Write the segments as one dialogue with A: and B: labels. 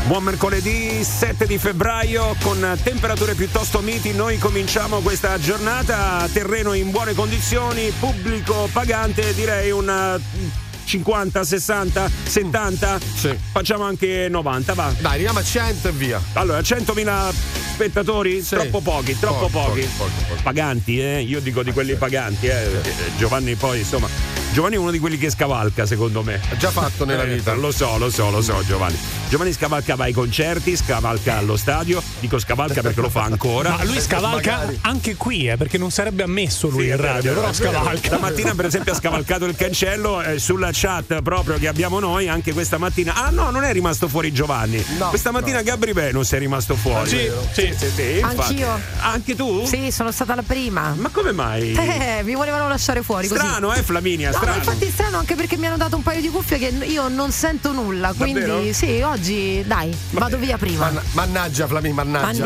A: Buon mercoledì 7 di febbraio con temperature piuttosto miti. Noi cominciamo questa giornata, terreno in buone condizioni, pubblico pagante, direi una 50, 60, 70.
B: Sì.
A: Facciamo anche 90, va.
B: Dai, arriviamo a 100 e via.
A: Allora, 100.000 spettatori?
B: Sì.
A: Troppo pochi.
B: Pochi.
A: Paganti, io dico di quelli paganti, Giovanni poi, insomma, Giovanni è uno di quelli che scavalca, secondo me.
B: Ha già fatto nella vita.
A: Lo so, Giovanni. Giovanni scavalca ai concerti, scavalca allo stadio. Dico scavalca perché lo fa ancora.
C: Ma lui scavalca anche qui, perché non sarebbe ammesso lui in radio, però scavalca.
A: Stamattina, per esempio, ha scavalcato il cancello sulla chat proprio che abbiamo noi, anche questa mattina. Ah no, non è rimasto fuori Giovanni.
B: No,
A: questa mattina Gabri Venus è rimasto fuori.
C: Sì.
D: Anch'io.
A: Anche tu?
D: Sì, sono stata la prima.
A: Ma come mai?
D: Mi volevano lasciare fuori così.
A: Strano, Flaminia,
D: No,
A: strano.
D: ma infatti strano anche perché mi hanno dato un paio di cuffie che io non sento nulla. Quindi
A: Davvero?
D: sì, oggi dai, vado via prima.
B: Mannaggia, Flami, mannaggia.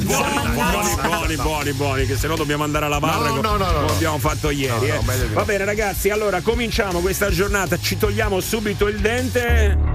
A: Buoni, che se no dobbiamo andare alla barra come abbiamo fatto ieri. Va bene, ragazzi, allora cominciamo questa giornata, ci togliamo subito il dente.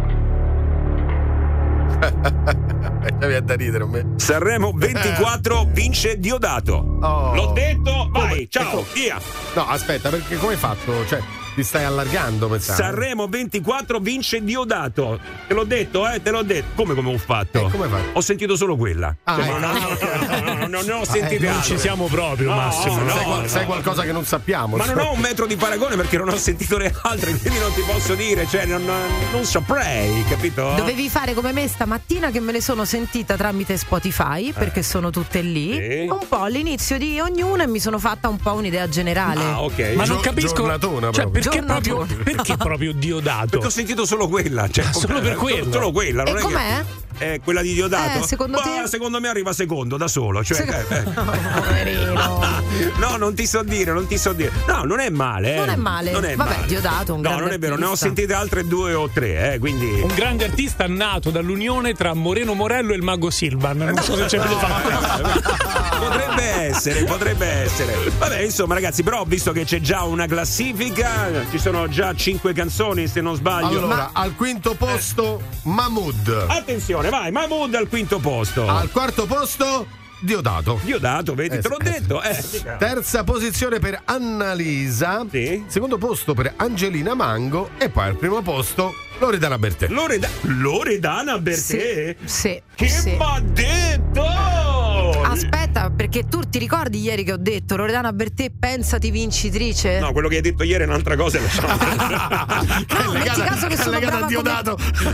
B: C'è da ridere a me.
A: Sanremo 24 vince Diodato. L'ho detto, vai, ciao, via.
B: No, aspetta, perché come hai fatto? Cioè, ti stai allargando, pensavo.
A: Sanremo 24 vince Diodato. Te l'ho detto, te l'ho detto. Come ho fatto?
B: Come fai?
A: Ho sentito solo quella. Non ne ho sentite
C: non
A: altre.
C: ci siamo proprio, Massimo.
B: Sai qualcosa che non sappiamo.
A: Ma non ho un metro di paragone perché non ho sentito le altre, quindi non ti posso dire, cioè non saprei, capito?
D: Dovevi fare come me stamattina che me le sono sentita tramite Spotify perché sono tutte lì,
A: Sì.
D: un po' all'inizio di ognuna e mi sono fatta un po' un'idea generale.
A: Ah, ok.
C: Ma non capisco,
B: giornatona
C: cioè,
B: proprio.
C: perché proprio Diodato?
A: Perché ho sentito solo quella, cioè,
C: solo per quello.
A: Solo quella, non
D: E
A: è
D: com'è?
A: che quella di Diodato?
D: Secondo te?
A: Secondo me arriva secondo da solo, cioè
D: Poverino.
A: No, non ti so dire. No, non è male,
D: Non è male.
A: Non è
D: Vabbè,
A: male.
D: Diodato, un
A: No,
D: grande
A: non è vero, ne ho
D: artista.
A: sentite altre 2 o 3, quindi
C: Un grande artista nato dall'unione tra Moreno Morello e il mago Silvan. Non so se c'è
A: potrebbe essere. Vabbè, insomma, ragazzi, però ho visto che c'è già una classifica, ci sono già 5 canzoni, se non sbaglio.
B: Allora, al quinto posto Mahmood.
A: Attenzione, vai, Mahmood al quinto posto.
B: Al quarto posto Diodato.
A: Diodato, vedi, te l'ho detto.
B: Terza posizione per Annalisa.
A: Sì.
B: Secondo posto per Angelina Mango. E poi al primo posto Loredana Bertè.
A: Loredana Bertè?
D: Sì.
A: Che
D: sì.
A: m'ha detto?
D: Aspetta, perché tu ti ricordi ieri che ho detto Loredana Bertè, pensati vincitrice?
A: No, quello che hai detto ieri è un'altra cosa.
D: No, metti caso che sono
B: legata
D: brava
B: a Diodato.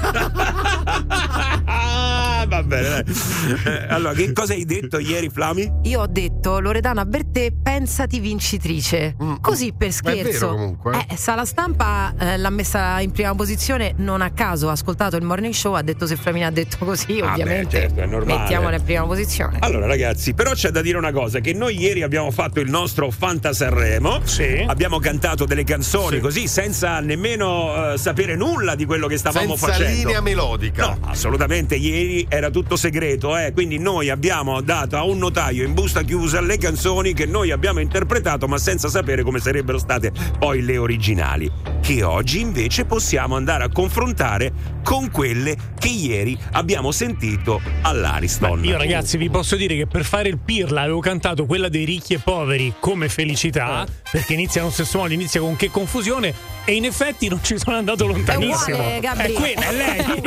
A: Va bene, dai. Allora, che cosa hai detto ieri, Flami?
D: Io ho detto Loredana Bertè, pensati vincitrice. Così per scherzo.
B: È vero, comunque.
D: Sala Stampa l'ha messa in prima posizione non a caso, ha ascoltato il morning show, ha detto se Flamina ha detto così, ovviamente
A: certo, è normale.
D: mettiamola in prima posizione.
A: Allora, ragazzi, però c'è da dire una cosa, che noi ieri abbiamo fatto il nostro Fanta Sanremo.
C: Sì.
A: Abbiamo cantato delle canzoni così senza nemmeno sapere nulla di quello che stavamo
B: Senza
A: facendo.
B: linea melodica.
A: No, assolutamente, ieri era tutto segreto, quindi noi abbiamo dato a un notaio in busta chiusa le canzoni che noi abbiamo interpretato, ma senza sapere come sarebbero state poi le originali, che oggi invece possiamo andare a confrontare con quelle che ieri abbiamo sentito all'Ariston.
C: Io, ragazzi, vi posso dire che per fare il pirla avevo cantato quella dei ricchi e poveri come felicità, perché inizia allo stesso modo, inizia con che confusione, e in effetti non ci sono andato lontanissimo.
D: È uguale, Gabri.
C: È quella, è lei.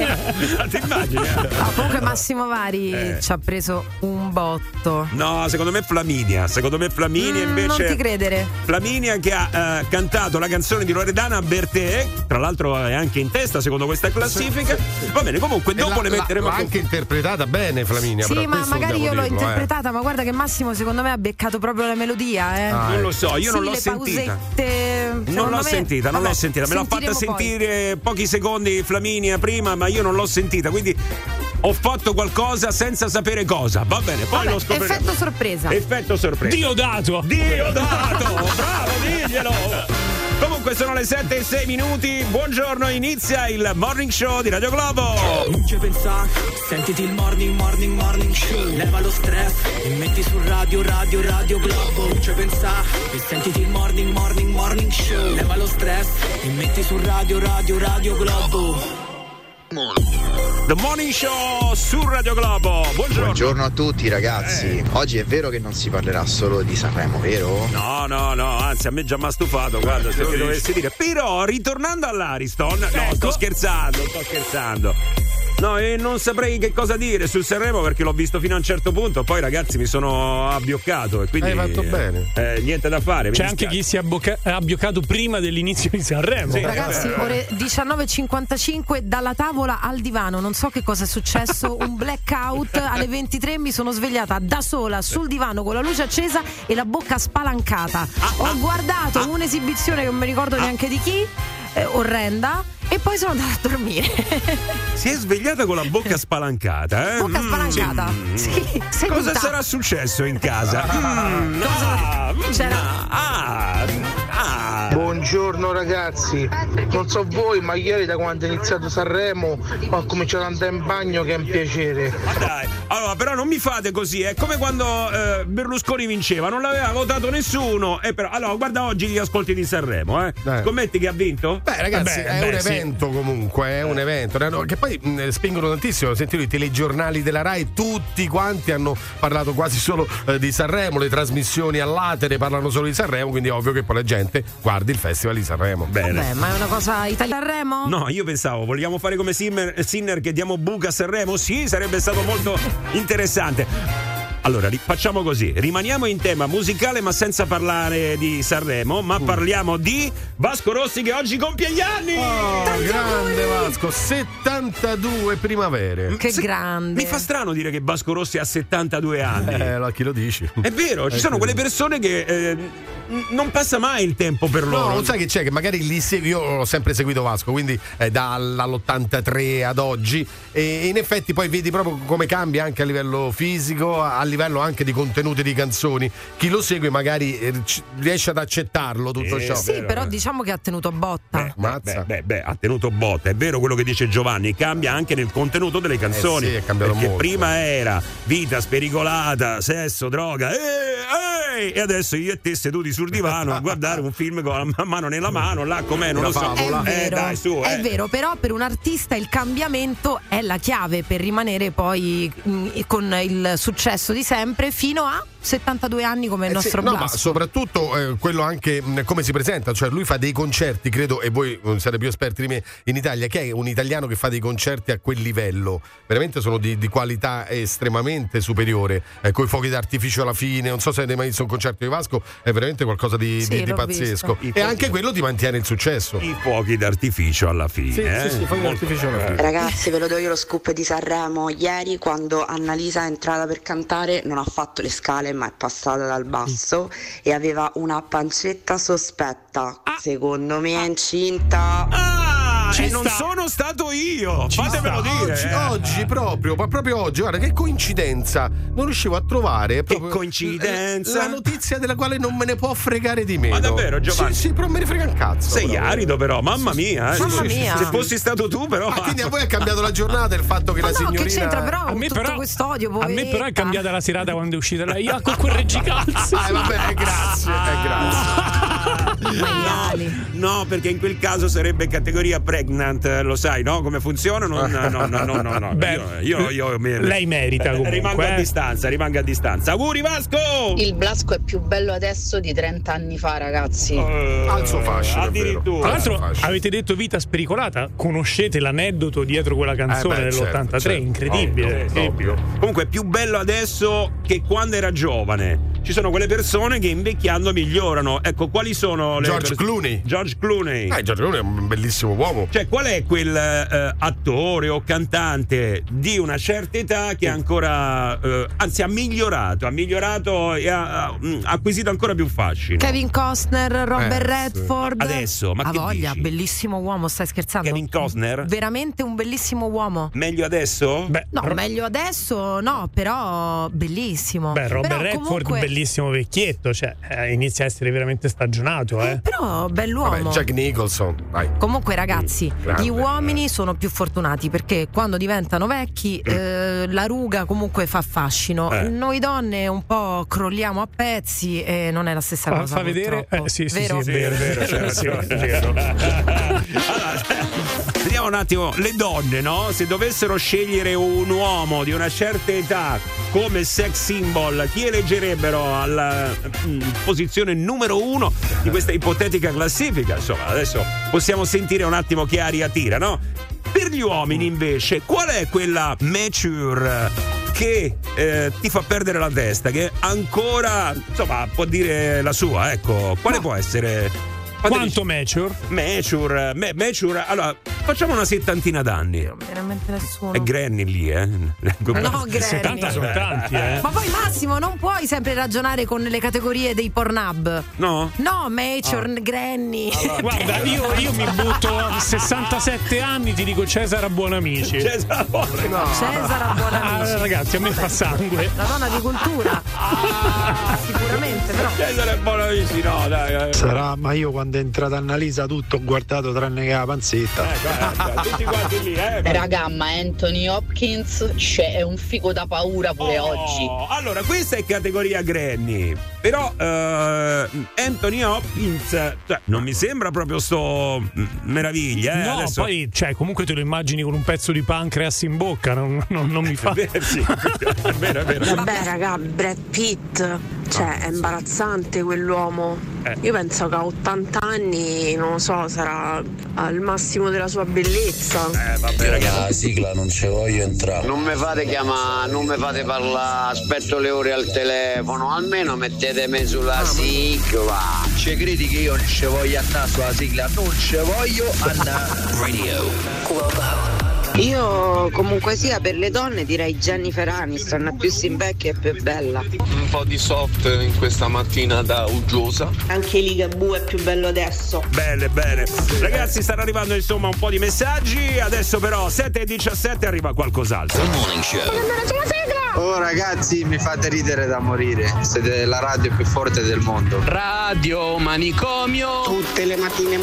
A: Ti immagini?
D: No, comunque Massimo Vari ci ha preso un botto.
A: No, secondo me Flaminia invece.
D: Non ti credere.
A: Flaminia che ha cantato la canzone di Loredana Bertè, tra l'altro è anche in testa secondo questa classifica. Va bene, comunque dopo le metteremo
B: l'ha anche interpretata bene Flaminia.
D: Sì,
B: però
D: ma
B: questo
D: magari io
B: devo
D: l'ho
B: dirlo,
D: interpretata, ma guarda che Massimo secondo me ha beccato proprio la melodia,
A: Non lo so, io
D: Sì,
A: non l'ho
D: le
A: sentita.
D: pausette,
A: Non l'ho sentita. Me l'ha fatta
D: sentiremo
A: sentire pochi secondi Flaminia prima, ma io non l'ho sentita, quindi ho fatto qualcosa senza sapere cosa. Va bene, poi lo scopriremo.
D: Effetto sorpresa.
A: Effetto sorpresa.
C: Diodato.
A: Bravo, diglielo. Comunque sono le 7:06. Buongiorno, inizia il Morning Show di Radio Globo.
E: Non ci pensa, sentiti il morning show. Leva lo stress e metti su radio Globo. Non ci pensa, e sentiti il morning show. Leva lo stress e metti su radio Globo.
A: The Morning Show su Radio Globo.
F: Buongiorno a tutti ragazzi. Oggi è vero che non si parlerà solo di Sanremo, vero?
A: No, anzi a me già mi ha stufato, guarda, se ti dovessi dire. Però ritornando all'Ariston, no, sto scherzando. No, e non saprei che cosa dire sul Sanremo perché l'ho visto fino a un certo punto, poi ragazzi mi sono abbioccato e quindi
B: hai fatto bene.
A: Niente da fare.
C: C'è anche chi si è abbioccato prima dell'inizio di Sanremo.
A: Sì,
D: ragazzi, ore 19:55 dalla tavola al divano, non so che cosa è successo, un blackout. Alle 23 mi sono svegliata da sola sul divano con la luce accesa e la bocca spalancata. Ho guardato un'esibizione che non mi ricordo neanche di chi, orrenda, e poi sono andata a dormire.
A: Si è svegliata con la bocca spalancata,
D: Bocca spalancata. Sì,
A: Cosa sarà successo in casa?
G: Buongiorno ragazzi, non so voi, ma ieri da quando è iniziato Sanremo ho cominciato ad andare in bagno, che è un piacere.
A: Dai, allora però non mi fate così, è come quando Berlusconi vinceva, non l'aveva votato nessuno, e però allora guarda oggi gli ascolti di Sanremo, scommetti che ha vinto?
B: Beh ragazzi, è un evento comunque, è un evento che poi spingono tantissimo. Sentite i telegiornali della Rai, tutti quanti hanno parlato quasi solo di Sanremo, le trasmissioni all'atere parlano solo di Sanremo, quindi è ovvio che poi la gente guardi il Festival di Sanremo.
A: Bene.
D: Vabbè, ma è una cosa italiana. Sanremo?
A: No, io pensavo, vogliamo fare come Sinner che diamo buca a Sanremo? Sì, sarebbe stato molto interessante. Allora, facciamo così, rimaniamo in tema musicale ma senza parlare di Sanremo, ma parliamo di Vasco Rossi che oggi compie gli anni!
B: Oh, grande Vasco, 72 primavere.
D: Che grande.
A: Mi fa strano dire che Vasco Rossi ha 72 anni.
B: Chi lo dici?
A: È vero, ci sono quelle persone che non passa mai il tempo per loro.
B: No, non sai che c'è, che magari li segui, io ho sempre seguito Vasco, quindi dall'83 ad oggi, e in effetti poi vedi proprio come cambia anche a livello fisico, a livello anche di contenuti di canzoni. Chi lo segue magari riesce ad accettarlo tutto ciò.
D: Sì,
A: vero,
D: però diciamo che ha tenuto botta.
B: Ha
A: tenuto botta. È vero quello che dice Giovanni, cambia anche nel contenuto delle canzoni.
B: Sì, è cambiato
A: perché
B: molto.
A: Prima era vita spericolata, sesso, droga, e adesso io e te seduti sul divano a guardare un film con la mano nella mano, là com'è, non lo so.
D: È vero,
A: dai, su,
D: è vero, però per un artista il cambiamento è la chiave per rimanere poi con il successo di sempre fino a 72 anni come il nostro
B: no,
D: Blasco.
B: ma soprattutto quello anche come si presenta, cioè lui fa dei concerti, credo, e voi siete più esperti di me in Italia, che è un italiano che fa dei concerti a quel livello, veramente sono di qualità estremamente superiore, coi fuochi d'artificio alla fine, non so se avete mai visto un concerto di Vasco, è veramente qualcosa di pazzesco, e anche quello ti mantiene il successo.
A: I fuochi d'artificio alla fine.
B: Sì, fuochi d'artificio alla fine.
H: Ragazzi, ve lo do io lo scoop di Sanremo. Ieri quando Annalisa è entrata per cantare non ha fatto le scale ma è passata dal basso e aveva una pancetta sospetta, secondo me è incinta.
A: E non sono stato io, fatemelo dire.
B: Oggi proprio oggi, guarda che coincidenza, non riuscivo a trovare
A: che coincidenza
B: la notizia della quale non me ne può fregare di meno.
A: Ma davvero, Giovanni?
B: Sì, però me ne frega un cazzo.
A: Sei arido però, mamma mia.
D: Mamma mia.
A: Se fossi stato tu però.
B: Quindi a voi ha cambiato la giornata il fatto che la signorina.
D: Che c'entra però
C: a me
D: tutto
C: però,
D: quest'odio,
C: a me però è cambiata la serata quando è uscita lei con quel reggicalzi.
B: Vabbè, grazie.
A: No, perché in quel caso sarebbe categoria pregnant, lo sai, no? Come funziona? No.
C: Beh,
A: io
C: lei merita comunque.
A: Rimango a distanza. Auguri Vasco!
I: Il Blasco è più bello adesso di 30 anni fa, ragazzi.
B: Al suo fascino,
A: addirittura.
C: Tra l'altro avete detto vita spericolata, conoscete l'aneddoto dietro quella canzone dell'83,
B: certo.
C: incredibile.
A: Ovvio. Comunque è più bello adesso che quando era giovane. Ci sono quelle persone che invecchiando migliorano. Ecco, quali sono le
B: George Clooney.
A: George Clooney
B: è un bellissimo uomo.
A: Cioè, qual è quel attore o cantante di una certa età che ancora anzi ha migliorato e ha acquisito ancora più fascino?
D: Kevin Costner, Robert Redford.
A: Adesso, ma
D: ha
A: che
D: voglia,
A: dici?
D: bellissimo uomo, stai scherzando?
A: Kevin Costner?
D: Veramente un bellissimo uomo.
A: Meglio adesso?
C: Beh,
D: No, meglio adesso no, però bellissimo.
C: Beh, Robert
D: però
C: Redford
D: comunque,
C: bellissimo vecchietto, cioè inizia a essere veramente stagionato,
D: Però bell'uomo.
B: Jack Nicholson, vai.
D: Comunque ragazzi,
B: grande,
D: gli uomini sono più fortunati perché quando diventano vecchi la ruga comunque fa fascino. Noi donne un po' crolliamo a pezzi e non è la stessa cosa.
C: Fa vedere?
D: Sì,
C: sì,
D: vero?
C: è vero,
A: Vediamo Vediamo un attimo le donne, no? Se dovessero scegliere un uomo di una certa età come sex symbol, chi eleggerebbero alla posizione numero 1 di questa ipotetica classifica? Insomma, adesso possiamo sentire un attimo che aria tira, no? Per gli uomini invece, qual è quella mature che ti fa perdere la testa, che ancora, insomma, può dire la sua, ecco? Quale può essere?
C: Quanto mature?
A: Mature, allora, facciamo una settantina d'anni.
D: Veramente nessuno.
A: È Granny lì,
D: No, Granny.
C: 70 sono tanti,
D: Ma poi Massimo, non puoi sempre ragionare con le categorie dei Pornhub.
A: No?
D: No, mature, Granny.
C: Allora, guarda, io mi butto a 67 anni, ti dico Cesara Buonamici.
A: Cesara
D: Buonamici.
C: Ragazzi, a me fa sangue.
D: La donna di cultura. Sicuramente, però.
A: Cesara Buonamici, no, dai.
J: Sarà, ma io quando è entrata Annalisa tutto ho guardato tranne che la panzetta.
A: Tutti quanti lì,
I: Raga, ma Anthony Hopkins è un figo da paura pure oggi.
A: Allora, questa è categoria Granny. Però Anthony Hopkins, cioè, non mi sembra proprio sto meraviglia.
C: No,
A: adesso...
C: poi, cioè, comunque te lo immagini con un pezzo di pancreas in bocca, non mi fa.
A: Sì, è vero.
K: Vabbè, raga, Brad Pitt, cioè, è imbarazzante quell'uomo. Io penso che a 80 anni, non lo so, sarà al massimo della sua bellezza.
A: Vabbè, ragazzi.
L: La sigla non ci voglio entrare. Non mi fate chiamare, non mi fate parlare, aspetto le ore al telefono, almeno mettetemi sulla sigla. Ci credi che io non ci voglio andare sulla sigla? Non ci voglio andare. Radio Globo.
K: Io comunque sia per le donne direi Jennifer Aniston, più si invecchia e più è bella.
M: Un po' di soft in questa mattinata uggiosa.
K: Anche Ligabue è più bello adesso.
A: Bene. Ragazzi, stanno arrivando insomma un po' di messaggi. Adesso però 7:17 arriva qualcos'altro.
L: Morning Show.
F: Oh ragazzi, mi fate ridere da morire. Siete la radio più forte del mondo.
E: Radio Manicomio.
K: Tutte le mattine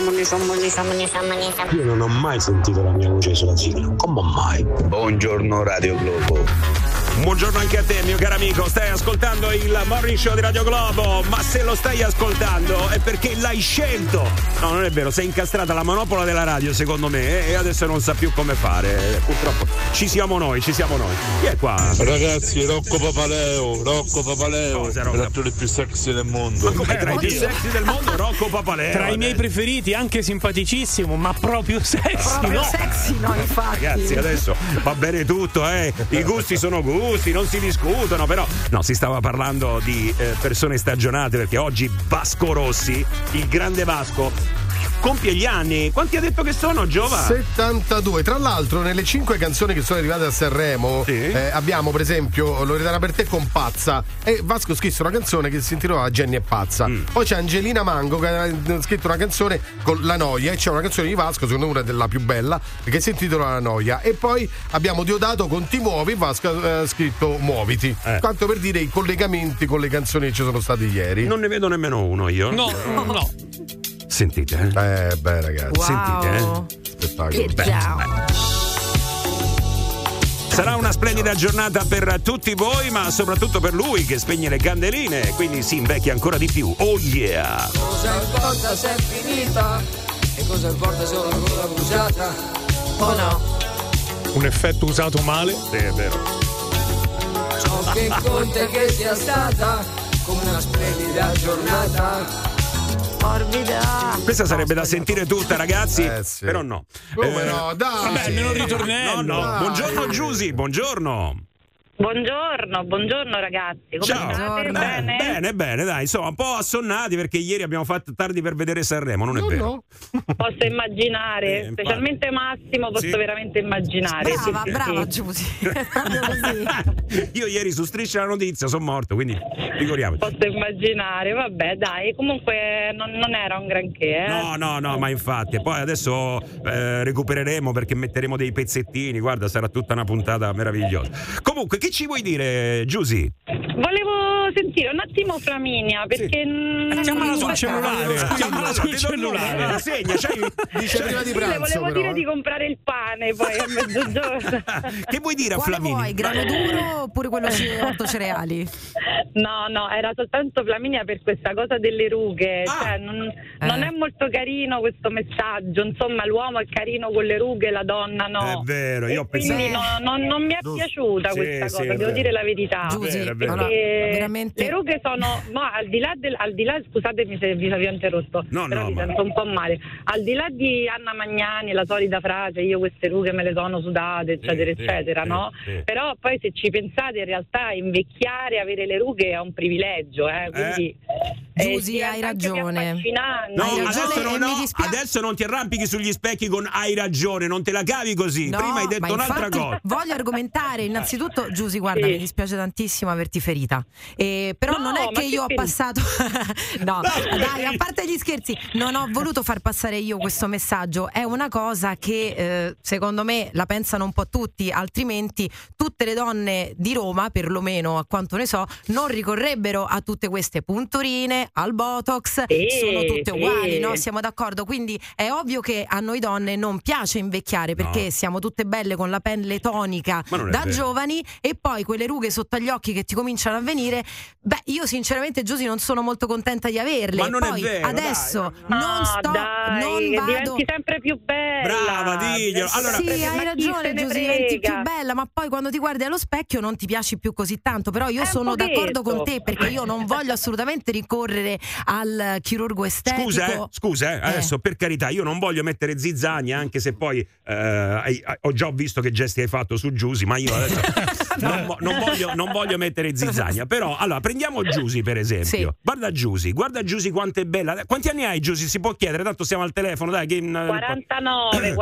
L: Io non ho mai sentito la mia voce sulla sigla. Come mai? Buongiorno Radio Globo.
A: Buongiorno anche a te, mio caro amico. Stai ascoltando il Morning Show di Radio Globo, ma se lo stai ascoltando è perché l'hai scelto. No, non è vero, sei incastrata la manopola della radio, secondo me, e adesso non sa più come fare. Purtroppo ci siamo noi. Chi è qua?
M: Ragazzi, Rocco Papaleo, l'attore più sexy del mondo.
A: Ma come tra i più sexy del mondo, Rocco Papaleo?
C: Tra i miei preferiti, anche simpaticissimo, ma proprio sexy.
D: Proprio
C: no?
D: sexy, no, infatti.
A: Ragazzi, adesso va bene tutto, i gusti sono gusti, non si discutono, però no, si stava parlando di persone stagionate, perché oggi Vasco Rossi, il grande Vasco, compie gli anni. Quanti ha detto che sono, Giova?
B: 72. Tra l'altro, nelle 5 canzoni che sono arrivate a Sanremo, abbiamo per esempio Loredana per te con Pazza, e Vasco ha scritto una canzone che si intitola Jenny è pazza. Poi c'è Angelina Mango che ha scritto una canzone con La Noia, e c'è una canzone di Vasco, secondo me una della più bella, che si intitola La Noia. E poi abbiamo Diodato con Ti muovi, Vasco ha scritto Muoviti. Tanto per dire i collegamenti con le canzoni che ci sono state ieri.
A: Non ne vedo nemmeno uno io.
C: No.
A: Sentite,
B: beh, ragazzi.
D: Wow.
B: Sentite, spettacolo.
A: Sarà una splendida giornata per tutti voi, ma soprattutto per lui che spegne le candeline, quindi si invecchia ancora di più. Oh yeah!
E: Cosa importa se è finita? E cosa importa se ho la gola bruciata? Oh no!
C: Un effetto usato male?
A: Sì, è vero.
E: Ciò che conta è che sia stata come una splendida giornata.
D: Morbida.
A: Questa sarebbe da sentire tutta, ragazzi,
B: sì.
A: Però no.
B: Come no? Dai!
C: Vabbè, almeno il ritornello.
A: No. Buongiorno Giusy, buongiorno.
N: Buongiorno ragazzi, come state?
A: Bene, dai, insomma, un po' assonnati perché ieri abbiamo fatto tardi per vedere Sanremo, non è vero?
N: Posso immaginare, specialmente Massimo, posso veramente immaginare.
D: Brava Giusy, è proprio così.
A: Io ieri su Striscia la Notizia sono morto, quindi figuriamoci.
N: Posso immaginare, vabbè dai, comunque non era un granché.
A: No, ma infatti, e poi adesso recupereremo perché metteremo dei pezzettini, guarda, sarà tutta una puntata meravigliosa. Comunque, che ci vuoi dire, Giusy?
N: Volevo sentire un attimo Flaminia, perché
C: chiamala sul cellulare.
A: Segna,
B: dice prima di pranzo.
N: Le volevo
B: però,
N: dire di comprare il pane poi a mezzogiorno.
A: Che vuoi dire a
D: Quale
A: Flaminia?
D: vuoi, grano duro oppure quello 8 cereali?
N: No, era soltanto Flaminia per questa cosa delle rughe. Cioè, non è molto carino questo messaggio. Insomma, l'uomo è carino con le rughe, la donna no.
A: È vero, io ho pensato.
N: Quindi non mi è piaciuta questa cosa, devo dire la verità.
D: Veramente.
N: Le rughe sono, al di là, scusatemi se vi avevo interrotto, però mi sento un po' male. Al di là di Anna Magnani, la solita frase, io queste rughe me le sono sudate, eccetera, eccetera, no? Però poi se ci pensate, in realtà invecchiare, avere le rughe è un privilegio, quindi
D: Giusy, hai ragione.
A: No, adesso non ti arrampichi sugli specchi con hai ragione, non te la cavi così.
D: No,
A: prima hai detto un'altra cosa.
D: Voglio argomentare innanzitutto, Giusy, guarda, mi dispiace tantissimo averti ferita, però non è che io ho passato no, dai, a parte gli scherzi, non ho voluto far passare io questo messaggio, è una cosa che secondo me la pensano un po' tutti, altrimenti tutte le donne di Roma, perlomeno a quanto ne so, non ricorrebbero a tutte queste punturine, al Botox, sono tutte uguali, no? Siamo d'accordo, quindi è ovvio che a noi donne non piace invecchiare, perché siamo tutte belle con la pelle tonica da giovani, e poi quelle rughe sotto agli occhi che ti cominciano a venire, io sinceramente, Giusy, non sono molto contenta di averle.
A: Ma non
D: poi
A: è vero,
D: adesso
N: non diventi sempre più bella.
A: Brava, diglielo. Allora,
D: sì, hai ragione, Giusy, diventi più bella, ma poi quando ti guardi allo specchio non ti piaci più così tanto. Però io sono d'accordo con te, perché io non voglio assolutamente ricorrere al chirurgo estetico.
A: Scusa, adesso per carità, io non voglio mettere zizzania, anche se poi ho già visto che gesti hai fatto su Giusy, ma io adesso non voglio mettere zizzania. Però allora prendiamo Giusy per esempio.
D: Sì.
A: Guarda Giusy quanto è bella. Quanti anni hai, Giusy? Si può chiedere, tanto siamo al telefono, dai.
N: 49.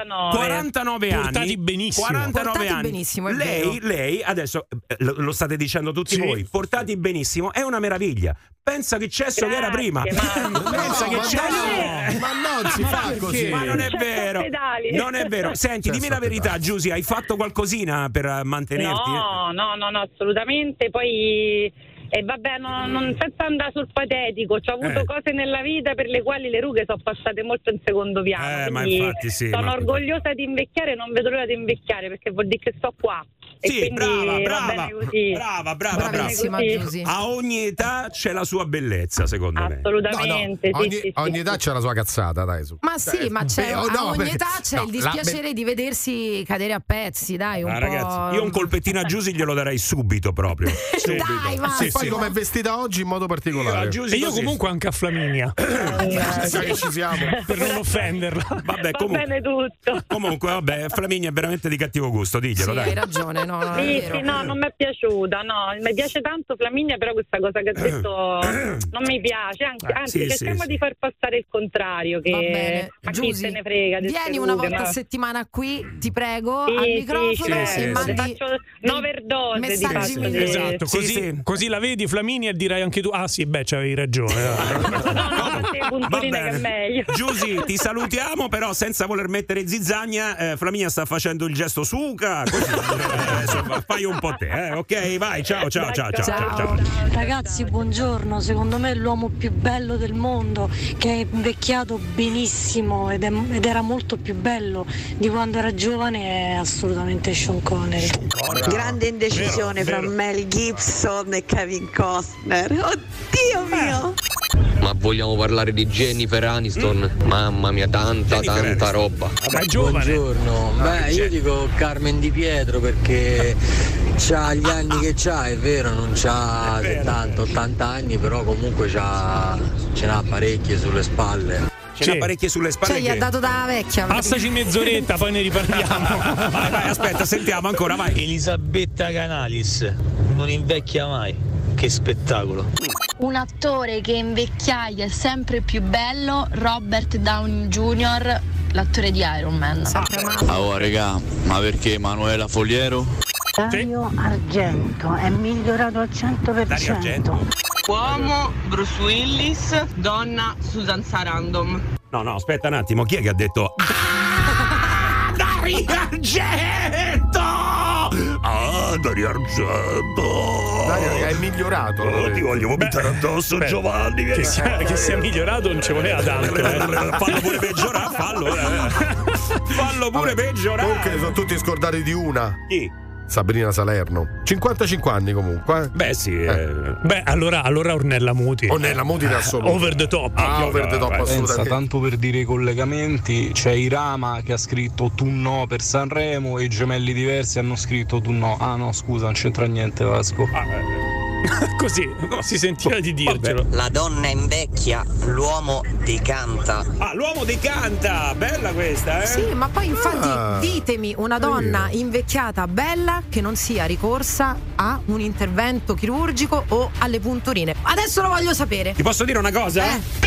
A: 49 anni.
C: Portati benissimo.
A: 49 anni.
D: Benissimo, è
A: lei adesso lo state dicendo tutti voi, portati benissimo, è una meraviglia. Pensa che cesso che era prima. Pensa che cesso.
B: Ma non si fa così.
A: Ma non è vero. Non è vero. Senti, dimmi la verità, Giusy, hai fatto qualcosina per mantenerti?
N: No, assolutamente. Poi vabbè, senza andare sul patetico, ho avuto cose nella vita per le quali le rughe sono passate molto in secondo piano.
A: Ma infatti sì.
N: Sono orgogliosa di invecchiare, non vedo l'ora di invecchiare, perché vuol dire che sto qua.
A: Sì, brava.
D: Bravissima, Giusy.
A: A ogni età c'è la sua bellezza, secondo me.
N: Assolutamente.
B: Ogni età c'è la sua cazzata, dai.
D: Ma sì, ma c'è a ogni età c'è il dispiacere di vedersi cadere a pezzi, dai, un po'.
A: Ragazzi, io un colpettino a Giusy glielo darei subito proprio.
D: Dai, ma
B: poi come è vestita oggi in modo particolare.
C: E io comunque anche a Flaminia.
B: Che ci siamo.
C: Per non offenderla.
A: Vabbè,
N: Va bene tutto.
A: Comunque, vabbè, Flaminia è veramente di cattivo gusto, diglielo,
D: sì,
A: dai.
D: Hai ragione, no,
N: non mi è piaciuta, mi piace tanto Flaminia, però questa cosa che ha detto non mi piace, anzi cerchiamo di far passare il contrario, che
D: va bene.
N: Ma
D: Giusy,
N: chi se ne frega.
D: Vieni una volta a settimana qui, ti prego, al microfono e mandi
N: un'overdose
D: messaggi
N: di
C: esatto, così la vedi Flaminia e dirai anche tu c'avevi ragione.
A: Va bene.
N: Che è meglio.
A: Giusy, ti salutiamo, però senza voler mettere zizzania. Flaminia sta facendo il gesto suca, così insomma, fai un po' te, ok? Vai, ciao.
O: Ragazzi, buongiorno. Secondo me è l'uomo più bello del mondo, che è invecchiato benissimo ed era molto più bello di quando era giovane, è assolutamente Sean Connery.
H: Grande indecisione fra Mel Gibson e Kevin Costner. Oddio mio!
P: Ma vogliamo parlare di Jennifer Aniston? Mamma mia, tanta roba.
J: Buongiorno. Io dico Carmen Di Pietro, perché c'ha gli anni che c'ha, è vero, non c'ha 70-80 anni, però comunque ce n'ha parecchie sulle spalle.
A: Ce n'ha parecchie sulle spalle.
D: Cioè, gli ha dato da vecchia.
C: Passaci mezz'oretta, poi ne riparliamo.
A: Vai, aspetta, sentiamo ancora, vai.
Q: Elisabetta Canalis non invecchia mai. Che spettacolo.
R: Un attore che invecchiaia è sempre più bello, Robert Downey Jr., l'attore di Iron Man.
S: Regà, ma perché Emanuela Foliero?
T: Dario Argento è migliorato al 100%.
U: Uomo Bruce Willis, donna Susan Sarandon.
A: No, aspetta un attimo, chi è che ha detto Dario Argento? Dario Argento.
B: Dario è migliorato.
A: Ti voglio vomitare addosso, Giovanni.
C: Che sia migliorato non ci voleva tanto.
A: Fallo pure peggiorare, fallo pure peggiorare.
B: Comunque sono tutti scordati di una.
A: Chi?
B: Sabrina Salerno, 55 anni comunque.
A: Beh sì.
C: Beh allora Ornella Muti.
B: Ornella Muti da assoluto.
C: Over the top.
B: Over the top assolutamente.
G: Pensa, tanto per dire i collegamenti, c'è Irama che ha scritto tu no per Sanremo e i gemelli diversi hanno scritto tu no. Ah no, scusa, non c'entra niente Vasco.
C: Così si sentiva di dircelo.
V: La donna invecchia, l'uomo decanta.
A: L'uomo decanta, bella questa, eh?
D: Sì, ma poi infatti ditemi una donna invecchiata bella che non sia ricorsa a un intervento chirurgico o alle punturine. Adesso lo voglio sapere.
A: Ti posso dire una cosa?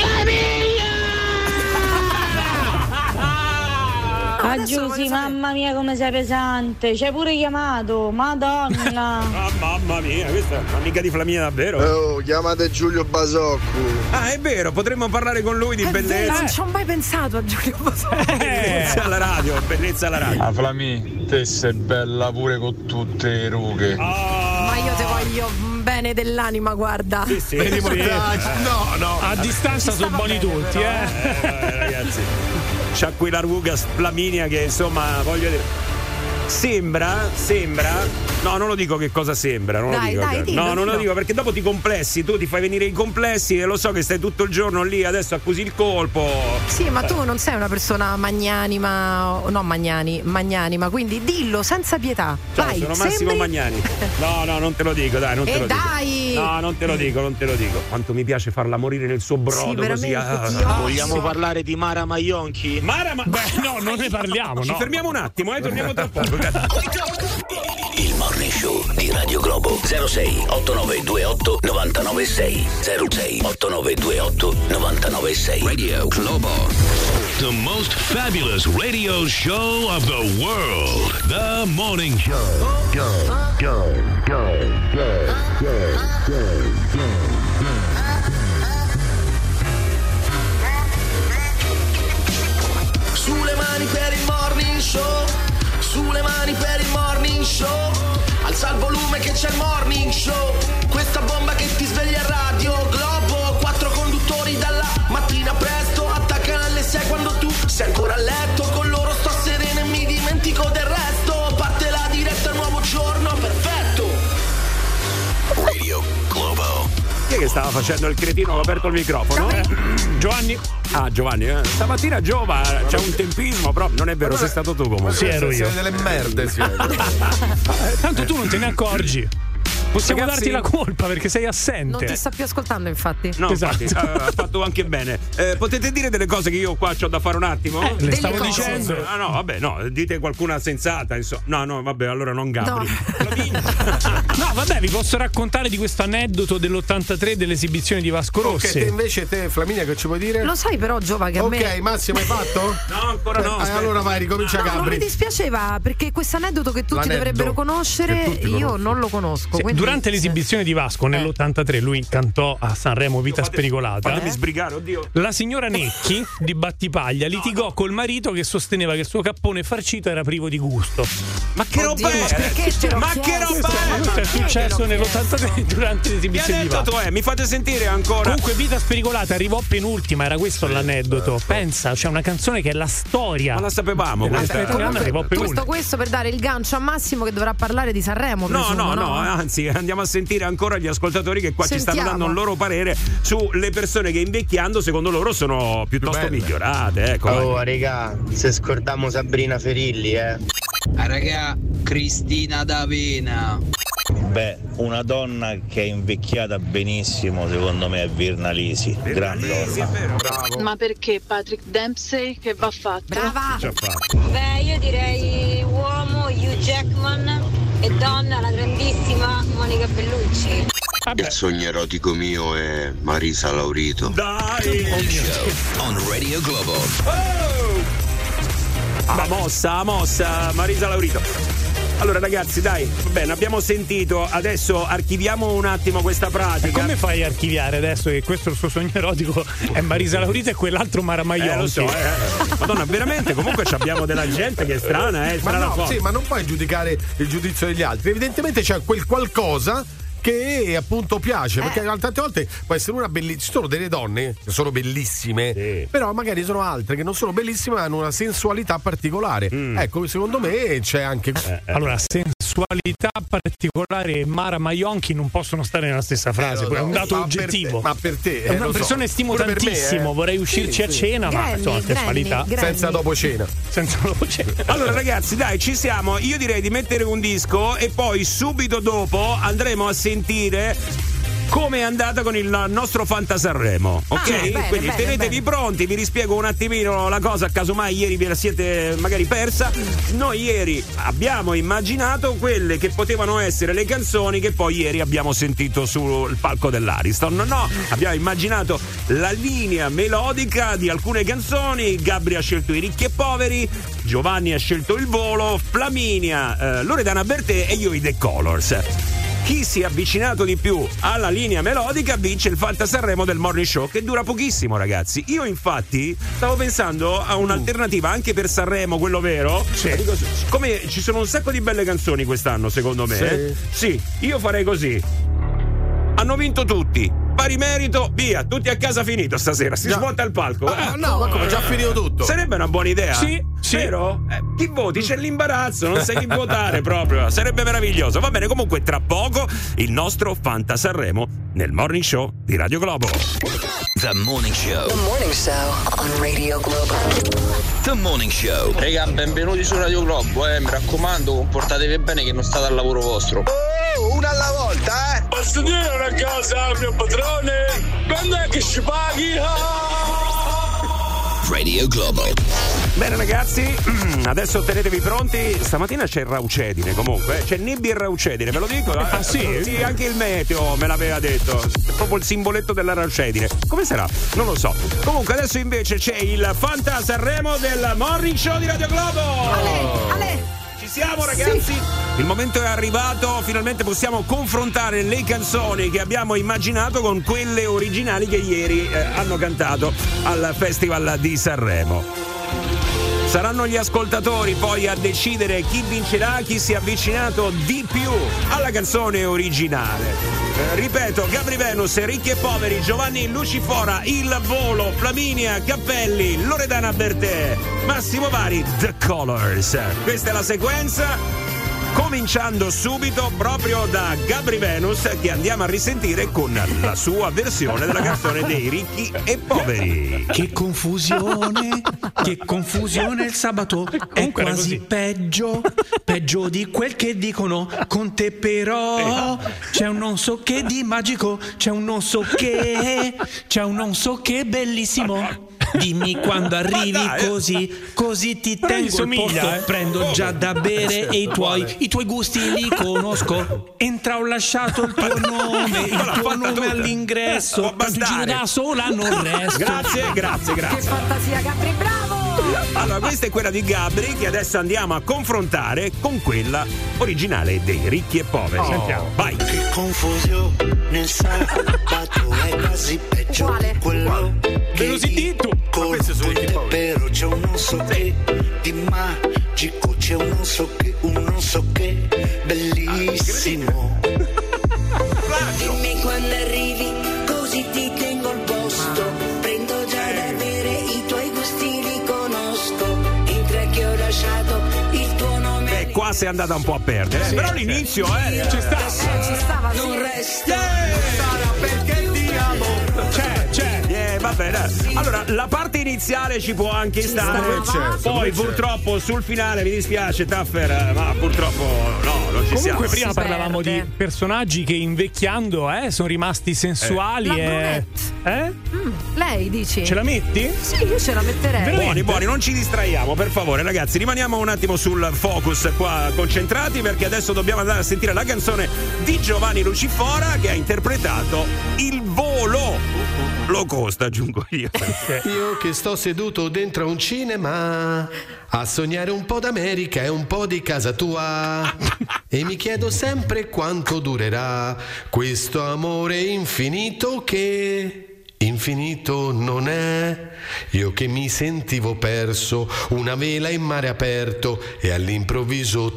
O: Giusy, mamma mia come sei pesante, ci hai pure chiamato, madonna.
A: Mamma mia, questa è un'amica di Flaminia davvero.
W: Oh, chiamate Giulio Basocco.
A: È vero, potremmo parlare con lui di bellezza.
D: Non ci ho mai pensato a Giulio Basocco.
A: Bellezza alla radio, bellezza alla radio.
G: Flami, te sei bella pure con tutte le rughe.
D: Ma io te voglio bene dell'anima, guarda.
A: Sì.
B: No.
C: A distanza sono buoni tutti,
A: ragazzi. C'ha quella ruga Flaminia che insomma voglio dire sembra no, non lo dico che cosa sembra, non
D: dai,
A: lo dico.
D: Dillo.
A: Lo dico perché dopo ti complessi, tu ti fai venire i complessi e lo so che stai tutto il giorno lì, adesso accusi il colpo.
D: Sì, ma tu non sei una persona magnanima, quindi dillo senza pietà. Vai,
A: sono Massimo Magnani. No, non te lo dico, dai, non te lo dico. No, non te lo dico. Quanto mi piace farla morire nel suo brodo così.
Q: Vogliamo parlare di Mara Maionchi?
C: Beh, no, non ne parliamo,
A: Ci fermiamo un attimo, torniamo tra poco.
X: Il Morning Show di Radio Globo 06 8928 996 06 8928 996 Radio Globo.
Y: The most fabulous radio show of the world. The Morning Show.
E: Sulle mani per il Morning Show. Sulle mani per il Morning Show. Alza il volume che c'è il Morning Show. Questa bomba che ti sveglia a Radio Globo. 4 conduttori dalla mattina presto. Attaccano alle 6 quando tu sei ancora a letto. Con loro sto sereno e mi dimentico del resto. Parte la diretta, nuovo giorno perfetto.
X: Radio Globo.
A: Chi è che stava facendo il cretino? Ho aperto il microfono.
C: Giovanni.
A: Giovanni, stamattina Giova c'è un tempismo, però non è vero, sei stato tu comunque.
C: Sì, ero io.
B: Siete delle merde,
C: tanto tu non te ne accorgi. Possiamo darti la colpa perché sei assente.
D: Non ti sta più ascoltando, infatti.
A: No, esatto. Ha fatto anche bene. Potete dire delle cose che io qua c'ho da fare un attimo?
C: Le stavo dicendo.
A: No, vabbè, no, dite qualcuna sensata, insomma. No, vabbè, allora non Gabri.
C: No, vabbè, vi posso raccontare di questo aneddoto dell'83 dell'esibizione di Vasco Rossi.
B: Invece te, Flaminia, che ci puoi dire?
D: Lo sai però, Giova, che a me...
B: Ok, Massimo, hai fatto?
A: No, ancora no.
B: Allora vai, ricomincia Gabri.
D: Non mi dispiaceva, perché questo aneddoto che tutti dovrebbero conoscere, io non lo conosco.
C: Sì, durante l'esibizione di Vasco nell'83 lui cantò a Sanremo Vita Spericolata.
A: Fatemi sbrigare, oddio.
C: La signora Necchi di Battipaglia litigò col marito che sosteneva che il suo cappone farcito era privo di gusto.
A: Ma che roba è?
C: Ma che roba è? Questo è successo nell'83 durante l'esibizione di Vasco.
A: Mi fate sentire ancora.
C: Comunque Vita Spericolata arrivò penultima, era questo l'aneddoto. Pensa, c'è una canzone che è la storia.
A: Ma la sapevamo
C: arrivò penultima.
D: Questo per dare il gancio a Massimo che dovrà parlare di Sanremo.
A: No, anzi, andiamo a sentire ancora gli ascoltatori che qua ci stanno dando un loro parere sulle persone che invecchiando secondo loro sono piuttosto migliorate. Ecco.
W: Raga, se scordiamo Sabrina Ferilli,
Q: raga, Cristina D'Avena.
Z: Beh, una donna che è invecchiata benissimo secondo me è Virnalisi. Grande donna.
R: Ma perché Patrick Dempsey che va fatto?
D: Brava!
O: Beh, io direi uomo Hugh Jackman e donna la grandissima Monica Bellucci.
W: Il sogno erotico mio è Marisa Laurito.
A: Dai!
X: On Radio Globo.
A: La mossa, Marisa Laurito. Allora ragazzi, dai, va bene, abbiamo sentito, adesso archiviamo un attimo questa pratica.
C: E come fai a archiviare adesso che questo è il suo sogno erotico? È Marisa Laurita e quell'altro Mara Maionchi.
A: Lo so, Madonna, veramente, comunque abbiamo della gente che è strana,
B: sì, ma non puoi giudicare il giudizio degli altri. Evidentemente c'è quel qualcosa che appunto piace, perché tante volte può essere una bellissima. Ci sono delle donne che sono bellissime, però magari sono altre che non sono bellissime ma hanno una sensualità particolare. Ecco, secondo me c'è anche
C: allora, sensualità particolare e Mara Maionchi non possono stare nella stessa frase, è un dato oggettivo.
B: Ma per te
C: è una persona che stimo tantissimo, vorrei uscirci a cena, ma insomma, sensualità
B: senza dopo cena.
A: Allora ragazzi, dai, ci siamo. Io direi di mettere un disco e poi subito dopo andremo a sentire come è andata con il nostro Fanta Sanremo, ok? Quindi tenetevi pronti, vi rispiego un attimino la cosa, casomai ieri ve la siete magari persa. Noi ieri abbiamo immaginato quelle che potevano essere le canzoni che poi ieri abbiamo sentito sul palco dell'Ariston. No, abbiamo immaginato la linea melodica di alcune canzoni. Gabri ha scelto I ricchi e poveri, Giovanni ha scelto Il volo, Flaminia, Loredana Bertè e io i The Colors. Chi si è avvicinato di più alla linea melodica vince il Fanta Sanremo del Morning Show, che dura pochissimo, ragazzi. Io infatti stavo pensando a un'alternativa anche per Sanremo, quello vero. Dico, siccome ci sono un sacco di belle canzoni quest'anno, secondo me, sì, io farei così. Hanno vinto tutti, pari merito, via, tutti a casa, finito stasera, si smonta il palco.
B: No, ma come, già finito tutto?
A: Sarebbe una buona idea.
C: Sì.
A: Vero? Chi voti? C'è l'imbarazzo, non sai chi votare proprio. Sarebbe meraviglioso. Va bene, comunque tra poco il nostro Fanta Sanremo nel Morning Show di Radio Globo.
X: The Morning Show.
F: The Morning Show on Radio Globo.
X: The Morning Show.
Q: Raga, benvenuti su Radio Globo, mi raccomando, comportatevi bene che non state al lavoro vostro.
E: Oh, una alla volta,
I: Posso dire una cosa al mio padrone? Quando è che ci paghi?
X: Radio Globo.
A: Bene ragazzi, adesso tenetevi pronti. Stamattina c'è il Raucedine, comunque c'è nebbia e Raucedine, ve lo dico.
C: Ah sì?
A: Sì, anche il meteo me l'aveva detto. È proprio il simboletto della Raucedine. Come sarà? Non lo so. Comunque adesso invece c'è il Fanta Sanremo del Morning Show di Radio Globo.
D: Ale.
A: Ci siamo ragazzi? Sì. Il momento è arrivato, finalmente possiamo confrontare le canzoni che abbiamo immaginato con quelle originali che ieri hanno cantato al Festival di Sanremo. Saranno gli ascoltatori poi a decidere chi vincerà, chi si è avvicinato di più alla canzone originale. Ripeto, Gabri Venus, Ricchi e Poveri, Giovanni Lucifora, Il Volo, Flaminia, Cappelli, Loredana Bertè, Massimo Vari, The Colors. Questa è la sequenza. Cominciando subito proprio da Gabri Venus, che andiamo a risentire con la sua versione della canzone dei Ricchi e Poveri.
K: Che confusione il sabato è quasi peggio di quel che dicono con te, però c'è un non so che di magico, c'è un non so che bellissimo. Dimmi quando arrivi così ti tengo il posto, prendo già da bere e i tuoi gusti li conosco. Entra, ho lasciato il tuo nome all'ingresso, tanto giro da sola non resto.
A: Grazie.
D: Che fantasia, Gabri, bravo!
A: Allora, questa è quella di Gabri che adesso andiamo a confrontare con quella originale dei Ricchi e Poveri. Sentiamo, vai.
E: Che confusione nel sabato è quasi peggio. Quello
C: Velocidito.
E: Però c'è un non so che di magico, c'è un non so che bellissimo.
L: Dimmi quando arrivi, così ti tengo il posto. Prendo già da bere, i tuoi gusti li conosco. Entra che ho lasciato il tuo nome.
A: Qua sei andata un po' a perdere,
C: sì,
A: però l'inizio
C: ci
D: stava,
L: non resta.
E: Sarà perché ti amo.
A: C'è. Vabbè, dai. Allora, la parte iniziale ci può anche stare. Poi purtroppo sul finale mi dispiace, Taffer, ma purtroppo no, non ci siamo.
C: Comunque prima parlavamo di personaggi che invecchiando sono rimasti sensuali.
D: Lei dici?
C: Ce la metti?
D: Sì, io ce la metterei.
A: Buoni, non ci distraiamo, per favore, ragazzi. Rimaniamo un attimo sul focus qua concentrati, perché adesso dobbiamo andare a sentire la canzone di Giovanni Lucifora che ha interpretato Il Volo. low cost, aggiungo io.
B: Io che sto seduto dentro un cinema a sognare un po' d'America e un po' di casa tua e mi chiedo sempre quanto durerà questo amore infinito che infinito non è. Io che mi sentivo perso, una vela in mare aperto e all'improvviso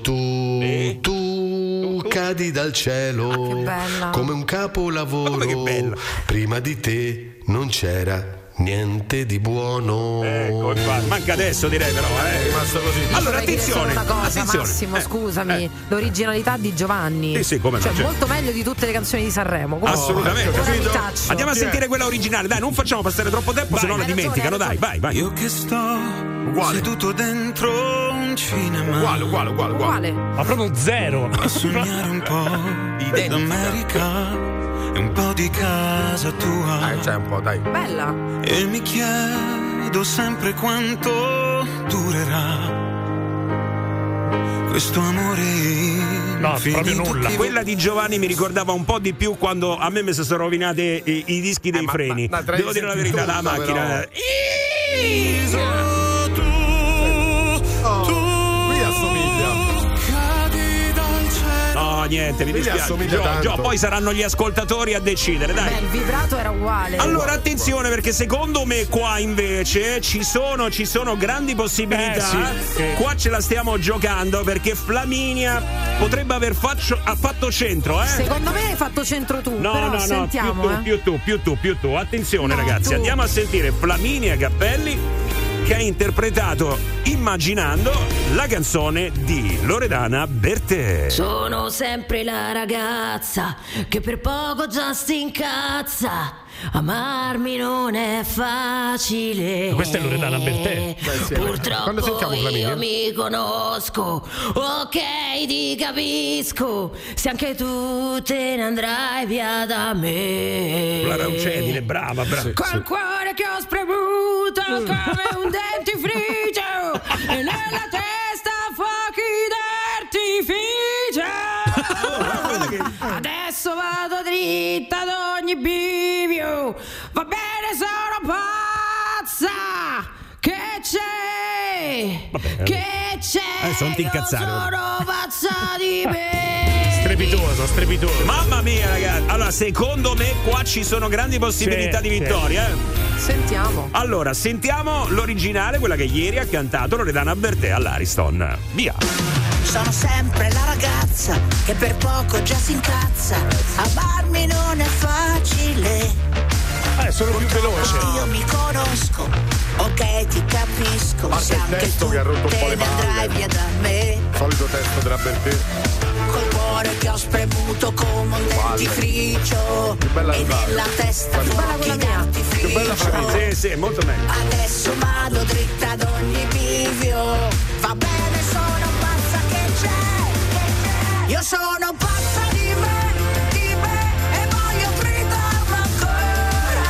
B: tu cadi dal cielo come un capolavoro. Prima di te non c'era niente di buono.
A: Ecco, manca adesso, direi, però è rimasto così. Allora, attenzione,
D: una cosa,
A: attenzione.
D: Massimo, scusami, l'originalità di Giovanni.
A: Sì, come no,
D: cioè,
A: certo.
D: molto meglio di tutte le canzoni di Sanremo.
A: Assolutamente. Andiamo a sentire quella originale, dai, non facciamo passare troppo tempo, se no la dimenticano, dai, vai.
H: Io che sto seduto dentro un cinema.
C: Uguale. Ma proprio zero.
H: A sognare un po' d'America e un po' di casa tua.
B: C'è un po', dai.
D: Bella.
H: E mi chiedo sempre quanto durerà questo amore
C: proprio nulla.
A: Quella di Giovanni mi ricordava un po' di più quando a me mi si sono rovinate i dischi dei freni. Devo dire la verità, la macchina. No, niente, mi dispiace. Gio, poi saranno gli ascoltatori a decidere, dai.
D: Il vibrato era uguale.
A: Allora, attenzione, perché secondo me qua invece ci sono grandi possibilità. Qua ce la stiamo giocando perché Flaminia potrebbe aver fatto centro,
D: Secondo me hai fatto centro tu.
A: No,
D: sentiamo,
A: più tu. Attenzione, ragazzi, andiamo a sentire Flaminia Cappelli, che ha interpretato Immaginando, la canzone di Loredana Bertè.
L: Sono sempre la ragazza che per poco già si incazza. Amarmi non è facile.
C: Questa è Loredana Bertè.
L: Purtroppo io mi conosco. Ok, ti capisco. Se anche tu te ne andrai via da me.
A: La Raucedine, brava.
L: Col cuore che ho spremuto come un dentifricio e nella testa fuochi d'artificio. Adesso vado dritta ad ogni bivio. Va bene, sono pazza. Che c'è? Che c'è?
A: Non ti incazzare.
L: Sono pazza di me.
C: Strepitoso.
A: Mamma mia, ragazzi. Allora, secondo me qua ci sono grandi possibilità di vittoria.
D: Sentiamo.
A: Allora, sentiamo l'originale, quella che ieri ha cantato Loredana Bertè all'Ariston. Via.
J: Sono sempre la ragazza che per poco già si incazza. Amarmi non è facile.
C: Sono più veloce.
J: Io mi conosco, ok, ti capisco.
B: Ma
J: se
B: il
J: anche
B: testo
J: tu
B: che ha rotto un po'
J: te
B: le
J: ne andrai
B: palle.
J: via da me.
B: Solito testo della Bertè.
J: Col cuore che ho spremuto come un dentifricio e nella testa fuochi d'artificio.
A: Più bella Flaminia. Sì, molto meglio.
J: Adesso vado dritta ad ogni bivio. Va bene, sono pazza, che c'è? Io sono pazza di me e voglio gridarlo ancora.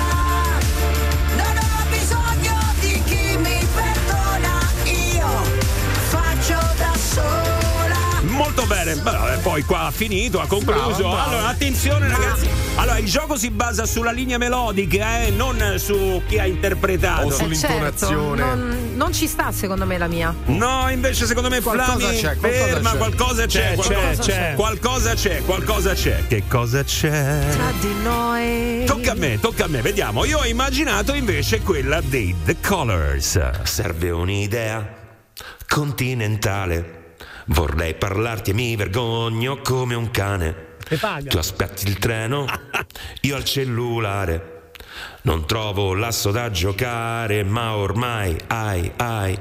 J: Non ho bisogno di chi mi perdona, io faccio da sola.
A: Molto bene, poi qua ha finito, ha concluso.
B: Bravo.
A: Allora, attenzione, ragazzi. Allora, il gioco si basa sulla linea melodica, non su chi ha interpretato.
B: O sull'intonazione.
D: Certo, non ci sta, secondo me, la mia.
A: No, invece, secondo me, Flami, ferma, qualcosa c'è. Qualcosa c'è. Che cosa c'è?
D: Tra di noi.
A: Tocca a me, vediamo. Io ho immaginato invece quella dei The Colors.
M: Serve un'idea continentale. Vorrei parlarti e mi vergogno come un cane. Tu aspetti il treno, io al cellulare. Non trovo l'asso da giocare, ma ormai ai.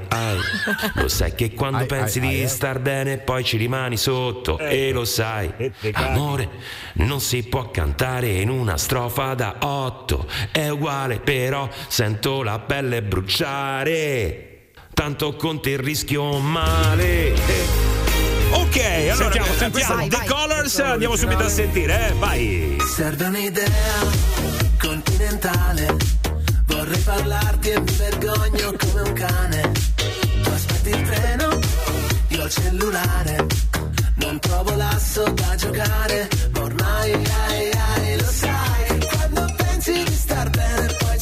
M: Lo sai che quando pensi di star bene poi ci rimani sotto. E lo sai, amore, non si può cantare in una strofa da 8. È uguale, però sento la pelle bruciare. Tanto con te rischio male.
A: Ok, allora
C: sentiamo.
A: The Colors, andiamo subito a sentire, vai.
J: Serve un'idea continentale. Vorrei parlarti e mi vergogno come un cane. Tu aspetti il treno, io al cellulare. Non trovo l'asso da giocare, ma ormai lo sai. Quando pensi di star bene poi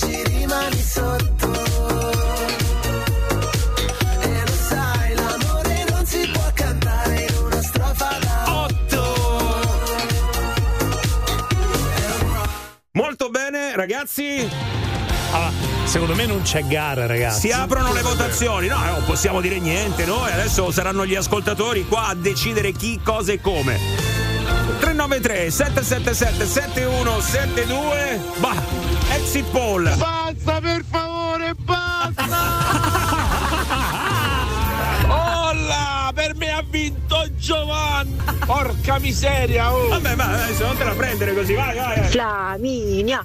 A: votazione, ragazzi.
C: Secondo me non c'è gara, ragazzi.
A: Si aprono le votazioni. No, non possiamo dire niente noi. Adesso saranno gli ascoltatori qua a decidere chi, cosa e come. 393 777 7172. Bah, exit poll.
J: Basta, per favore, basta!
I: Olla, per me ha vinto Giovanni. Porca miseria, oh.
A: Vabbè, ma adesso non te la prendere così, vai.
O: Flaminia,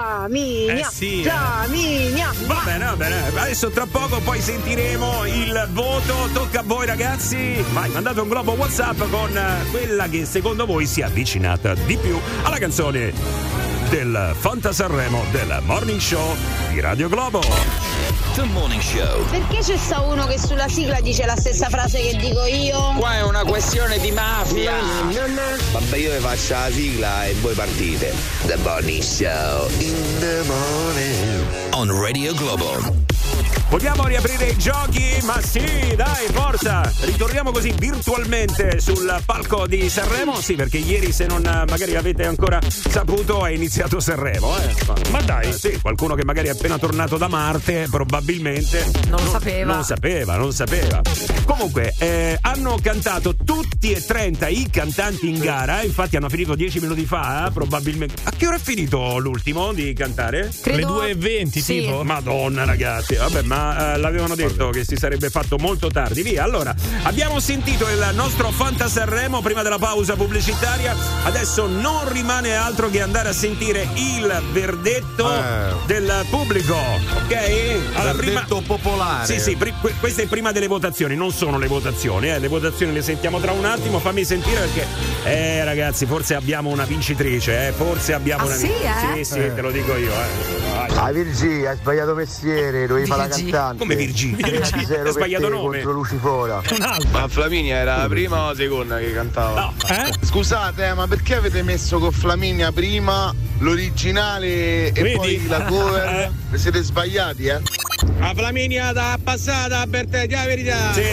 A: Sì,
O: Flaminia.
A: Va bene. Adesso tra poco poi sentiremo il voto. Tocca a voi, ragazzi. Vai, mandate un globo WhatsApp con quella che secondo voi si è avvicinata di più alla canzone del Fanta Sanremo del Morning Show di Radio Globo.
X: The Morning Show.
O: Perché c'è sta uno che sulla sigla dice la stessa frase che dico io?
N: Qua è una questione di mafia.
W: Vabbè, io vi faccio la sigla e voi partite. The Morning Show in the morning.
X: On Radio Globo.
A: Vogliamo riaprire i giochi? Ma sì, dai, forza! Ritorniamo così virtualmente sul palco di Sanremo. Sì, perché ieri, se non magari avete ancora saputo, è iniziato Sanremo.
C: Ma dai!
A: Sì, qualcuno che magari è appena tornato da Marte, probabilmente
D: non sapeva.
A: Non sapeva. Comunque, hanno cantato tutti e 30 i cantanti in gara. Infatti hanno finito 10 minuti fa, probabilmente. A che ora è finito l'ultimo di cantare?
D: Credo...
C: Le 2:20
D: sì.
C: tipo.
A: Madonna, ragazzi. Vabbè, ma l'avevano detto che si sarebbe fatto molto tardi. Via, allora, abbiamo sentito il nostro Fanta Sanremo prima della pausa pubblicitaria. Adesso non rimane altro che andare a sentire il verdetto del pubblico, ok? Allora,
B: verdetto popolare.
A: Sì, questa è prima delle votazioni, non sono le votazioni, le votazioni le sentiamo tra un attimo. Fammi sentire perché ragazzi, forse abbiamo una vincitrice, forse abbiamo una vincitrice. Sì, te lo dico io,
W: Ah, Virgi, hai sbagliato mestiere, dovevi fare la cantante.
A: Come Virgi? Hai sbagliato nome.
W: Contro Lucifora.
P: Ma Flaminia era la prima o la seconda che cantava?
A: No.
P: Scusate, ma perché avete messo con Flaminia prima l'originale e poi la cover? Siete sbagliati,
I: La Flaminia da passata per te, di la verità.
A: Sì,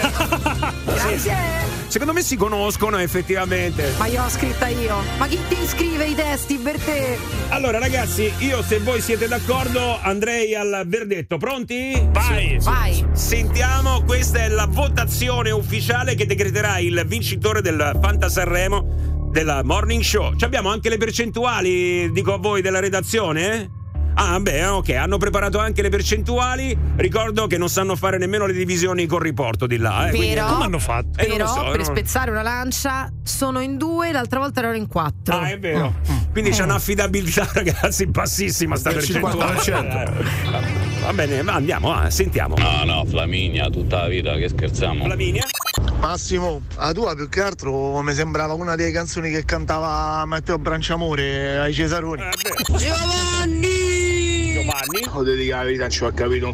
A: Grazie. Secondo me si conoscono effettivamente.
D: Ma io l'ho scritta io. Ma chi ti scrive i testi per te?
A: Allora ragazzi, io se voi siete d'accordo andrei al verdetto. Pronti?
C: Vai.
A: Sentiamo, questa è la votazione ufficiale che decreterà il vincitore del Fanta Sanremo della Morning Show. Ci abbiamo anche le percentuali, dico a voi, della redazione? Ah, beh, ok, hanno preparato anche le percentuali. Ricordo che non sanno fare nemmeno le divisioni col riporto di là.
D: Però,
C: come hanno fatto?
D: Però, per spezzare una lancia, sono in 2, l'altra volta erano in 4.
A: Ah, è vero. Quindi c'è un'affidabilità, ragazzi, bassissima sta percentuale. Va bene, ma andiamo, sentiamo.
S: No, Flaminia, tutta la vita, che scherziamo.
A: Flaminia?
P: Massimo, la tua più che altro mi sembrava una delle canzoni che cantava Matteo Branciamore ai Cesaroni.
J: Giovanni!
P: Ho detto che la verità non ci ho capito un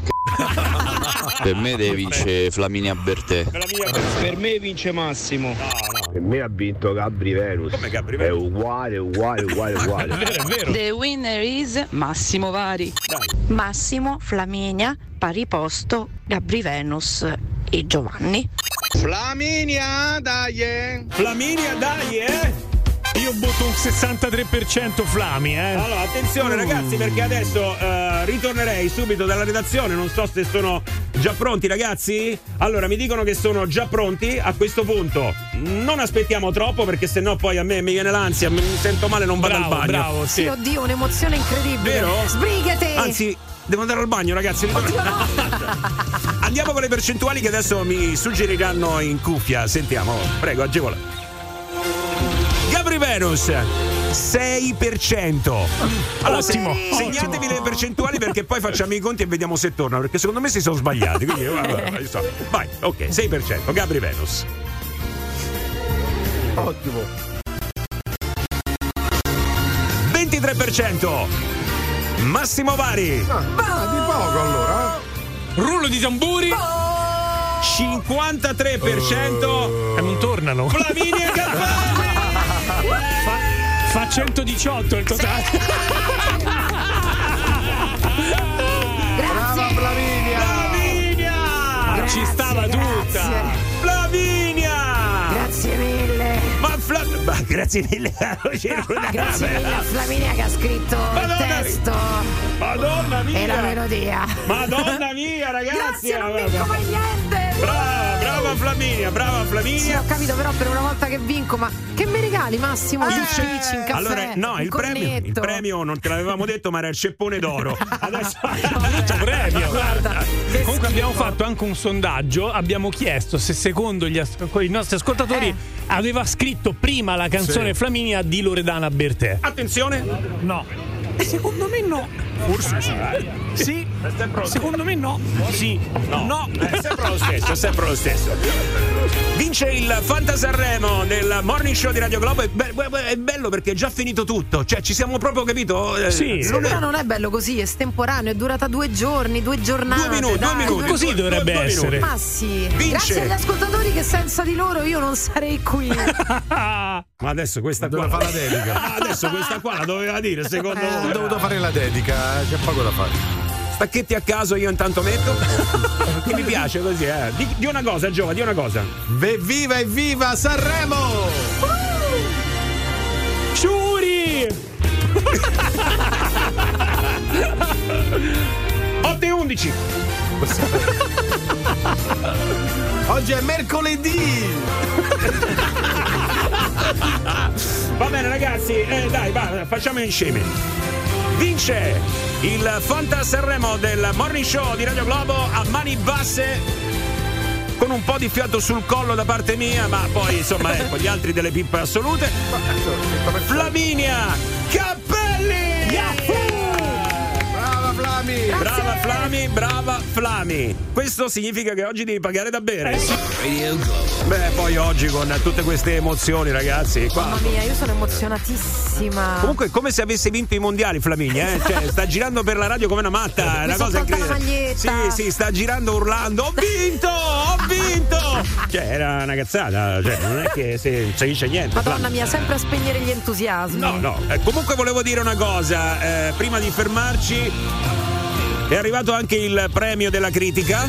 S: Per me deve vincere Flaminia Bertè.
Q: Per me vince Massimo.
W: Per me ha vinto Gabri Venus.
A: Come Gabri Venus?
W: È uguale.
C: È vero.
R: The winner is Massimo Vari. Massimo, Flaminia, pari posto, Gabri Venus e Giovanni.
P: Flaminia, dai!
C: Io butto un 63% Flami,
A: Allora, attenzione ragazzi, perché adesso ritornerei subito dalla redazione. Non so se sono già pronti, ragazzi. Allora, mi dicono che sono già pronti. A questo punto non aspettiamo troppo, perché sennò poi a me mi viene l'ansia, mi sento male, non vado al bagno.
C: Bravo, sì.
D: Oddio, un'emozione incredibile.
A: Vero?
D: Sbrigate!
A: Anzi, devo andare al bagno, ragazzi. Andiamo con le percentuali che adesso mi suggeriranno in cuffia. Sentiamo, prego, agevola. Gabri Venus 6%. Allora, segnatevi le percentuali, perché poi facciamo i conti e vediamo se tornano, perché secondo me si sono sbagliati. Quindi vai, ok, 6%. Gabri Venus.
B: Ottimo.
A: 23%. Massimo Vari.
B: Di poco allora.
C: Rullo di tamburi.
A: 53%.
C: Non tornano.
A: Flaminia Cappelli.
C: Fa 118 il totale.
B: Brava Flaminia.
C: Ci stava tutta.
A: Flaminia.
D: Grazie mille.
A: Ma Grazie mille
D: Grazie mille a Flaminia che ha scritto il testo.
A: Madonna mia!
D: E la melodia.
A: Madonna mia, ragazzi!
D: Grazie, non vinco mai niente!
A: Brava Flaminia!
D: Sì, ho capito, però per una volta che vinco, ma che mi regali, Massimo? Un cevici, un caffè?
A: Allora, no, il premio non te l'avevamo detto, ma era il ceppone d'oro. Adesso
C: tutto premio.
D: Guarda,
C: comunque abbiamo fatto anche un sondaggio, abbiamo chiesto se secondo i nostri ascoltatori aveva scritto prima la canzone Flaminia di Loredana Bertè.
A: Attenzione!
C: No. Secondo me no. Forse sì. Sì. Secondo me no. Sì. No.
A: È sempre lo stesso. Vince il Fanta Sanremo del Morning Show di Radio Globo. È bello perché è già finito tutto. Cioè, ci siamo proprio, capito?
D: Sì. Però non è bello così, è estemporaneo, è durata 2 giorni, 2 giornate.
A: 2 minuti.
C: Così dovrebbe essere.
D: Ma sì.
A: Vince.
D: Grazie agli ascoltatori che senza di loro io non sarei qui.
A: Ma adesso questa qua
B: fa la dedica.
A: Adesso questa qua la doveva dire, secondo voi?
B: Ho dovuto fare la dedica, c'è poco da fare.
A: Stacchetti a caso, io intanto metto. Che mi piace così, Di una cosa, Giova, di una cosa.
B: Evviva Sanremo!
C: Ciuri!
A: 8:11.
B: Oggi è mercoledì.
A: Va bene ragazzi, dai, facciamo insieme. Vince il Fanta Sanremo del Morning Show di Radio Globo a mani basse, con un po' di fiato sul collo da parte mia, ma poi insomma ecco gli altri delle pippe assolute. Flaminia Cappelli!
B: Yahoo!
A: Brava Flami. Questo significa che oggi devi pagare da bere.
X: Radio Globo.
A: Beh, poi oggi con tutte queste emozioni, ragazzi.
D: Mamma mia, io sono emozionatissima.
A: Comunque è come se avesse vinto i mondiali Flaminia, Cioè, sta girando per la radio come una matta. È una cosa incredibile. Sì, sta girando urlando. Ho vinto! Cioè, era una cazzata. Cioè, non è che se dice niente.
D: Madonna mia, sempre a spegnere gli entusiasmi.
A: No. Comunque volevo dire una cosa. Prima di fermarci, è arrivato anche il premio della critica.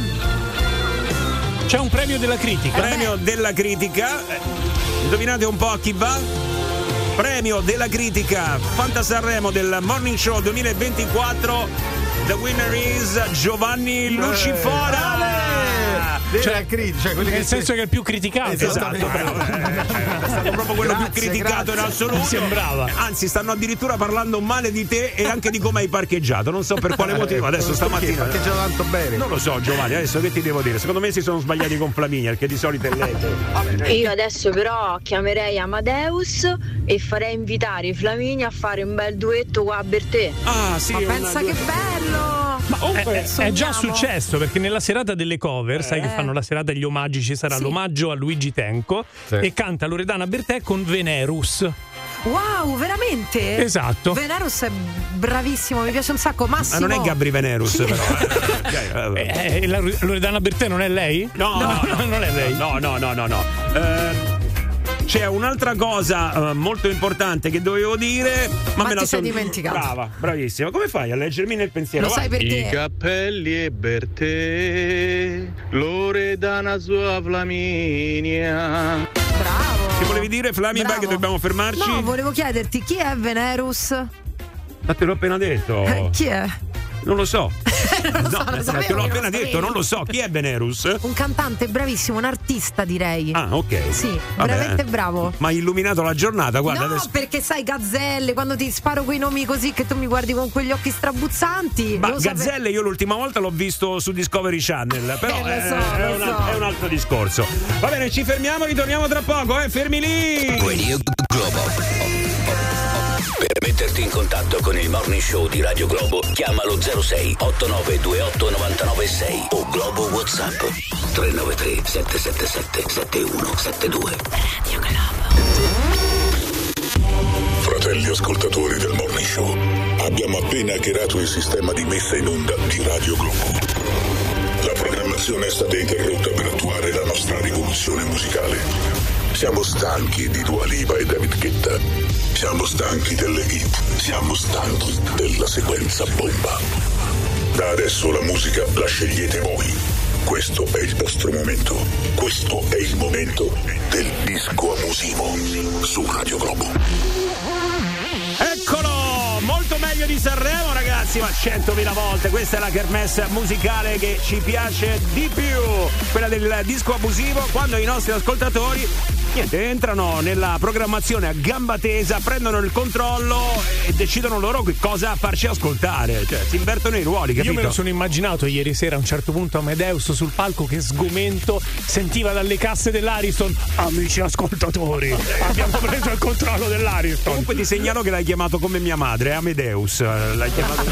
C: C'è un premio della critica?
A: Premio della critica. Indovinate un po' a chi va? Premio della critica Fanta Sanremo del Morning Show 2024. The winner is Giovanni Lucifora.
B: Cioè,
C: nel senso che è il più criticato.
A: Esatto, è stato proprio quello più criticato in assoluto.
C: Mi sembrava.
A: Anzi, stanno addirittura parlando male di te e anche di come hai parcheggiato. Non so per quale motivo. Adesso stamattina
B: parcheggiato tanto bene.
A: Non lo so, Giovanni, adesso che ti devo dire? Secondo me si sono sbagliati con Flaminia, perché di solito è lei.
R: Io adesso però chiamerei Amadeus e farei invitare Flaminia a fare un bel duetto qua a Bertè.
A: Ah, sì.
D: Ma pensa che bello!
C: Ma è già successo, perché nella serata delle cover, sai che fanno la serata degli omaggi, ci sarà l'omaggio a Luigi Tenco e canta Loredana Bertè con Venerus.
D: Wow, veramente?
C: Esatto.
D: Venerus è bravissimo, mi piace un sacco. Massimo.
A: Ma non è Gabri Venerus, però.
C: La Loredana Bertè non è lei?
A: No,
C: non è lei.
A: No. C'è un'altra cosa molto importante che dovevo dire, ma me la sono
D: dimenticato.
A: Bravissima. Come fai a leggermi nel pensiero?
D: Lo sai perché?
P: I cappelli e Bertè, Loredana sua Flaminia.
D: Bravo.
A: Che volevi dire, Flami? Vai che dobbiamo fermarci.
D: No, volevo chiederti chi è Venerus?
A: Ma te l'ho appena detto.
D: Chi è?
A: Non lo so.
D: Te
A: l'ho appena detto, non lo so. Chi è Venerus?
D: Un cantante bravissimo, un artista direi.
A: Ah, ok.
D: Sì, veramente bravo.
A: Ma hai illuminato la giornata, guarda.
D: No,
A: adesso.
D: Perché sai, Gazzelle, quando ti sparo quei nomi così che tu mi guardi con quegli occhi strabuzzanti.
A: Ma Gazzelle io l'ultima volta l'ho visto su Discovery Channel, però è un altro discorso. Va bene, ci fermiamo, ritorniamo tra poco, fermi lì.
X: Radio Globo. Per metterti in contatto con il Morning Show di Radio Globo, chiamalo 06 8928 996 o Globo WhatsApp 393 777 7172.
J: Radio Globo.
G: Fratelli ascoltatori del Morning Show, abbiamo appena hackerato il sistema di messa in onda di Radio Globo. La programmazione è stata interrotta per attuare la nostra rivoluzione musicale. Siamo stanchi di Dua Lipa e David Guetta. Siamo stanchi delle hit. Siamo stanchi della sequenza bomba. Da adesso la musica la scegliete voi. Questo è il vostro momento. Questo è il momento del disco abusivo su Radio Globo.
A: Eccolo, molto meglio di Sanremo, ragazzi, ma 100.000 volte. Questa è la kermesse musicale che ci piace di più, quella del disco abusivo, quando i nostri ascoltatori entrano nella programmazione a gamba tesa, prendono il controllo e decidono loro che cosa farci ascoltare, cioè si invertono i ruoli, capito?
C: Io me lo sono immaginato ieri sera a un certo punto Amadeus sul palco che sgomento sentiva dalle casse dell'Ariston: amici ascoltatori, abbiamo preso il controllo dell'Ariston.
A: Comunque ti segnalo che l'hai chiamato come mia madre, Amadeus, l'hai chiamato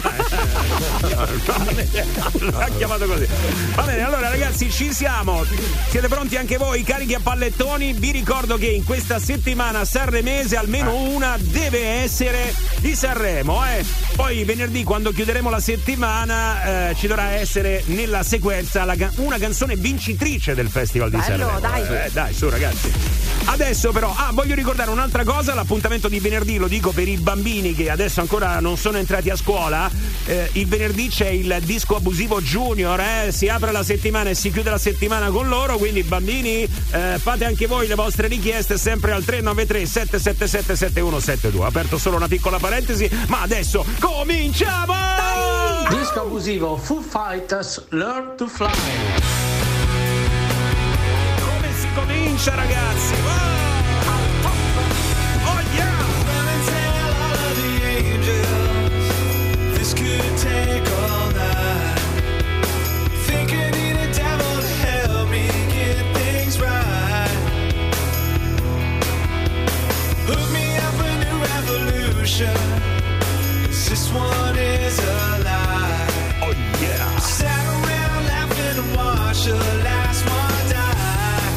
A: l'ha chiamato così. Va bene, allora ragazzi, ci siamo, siete pronti anche voi, carichi a pallettoni? Vi ricordo che in questa settimana sanremese almeno una deve essere di Sanremo, Poi venerdì, quando chiuderemo la settimana, ci dovrà essere nella sequenza una canzone vincitrice del Festival di Sanremo. Dai, su ragazzi. Adesso però, voglio ricordare un'altra cosa, l'appuntamento di venerdì, lo dico per i bambini che adesso ancora non sono entrati a scuola, il venerdì c'è il disco abusivo junior, si apre la settimana e si chiude la settimana con loro, quindi bambini, fate anche voi le vostre richieste sempre al 393 777 7172. Aperto solo una piccola parentesi, ma adesso cominciamo! Dai!
F: Disco abusivo Foo Fighters, Learn to Fly.
A: Come si comincia, ragazzi? Oh yeah! This could take all night. Think I need a devil to help me get things right. Hook me up a new revolution, 'cause this one is a lie. Oh yeah. Sat around laughing and watched the last one die.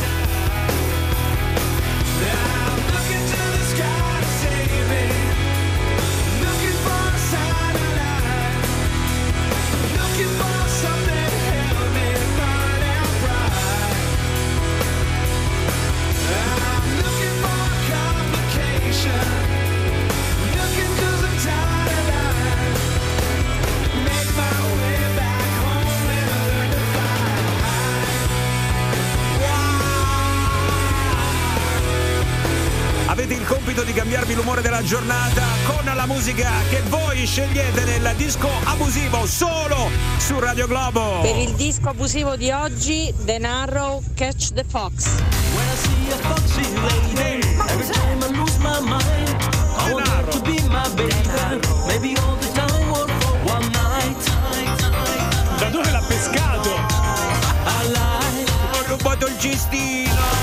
A: I'm looking to the sky to save me, looking for a sign of life, looking for something to help me burn out bright. I'm looking for a complication, looking 'cause I'm tired of life. Make my way back home and learn to fly. Avete il compito di cambiarvi l'umore della giornata con la musica che voi scegliete nel disco abusivo solo su Radio Globo.
O: Per il disco abusivo di oggi, The Narrow, Catch the Fox.
C: Da dove l'ha pescato?
A: Ho rubato il cestino.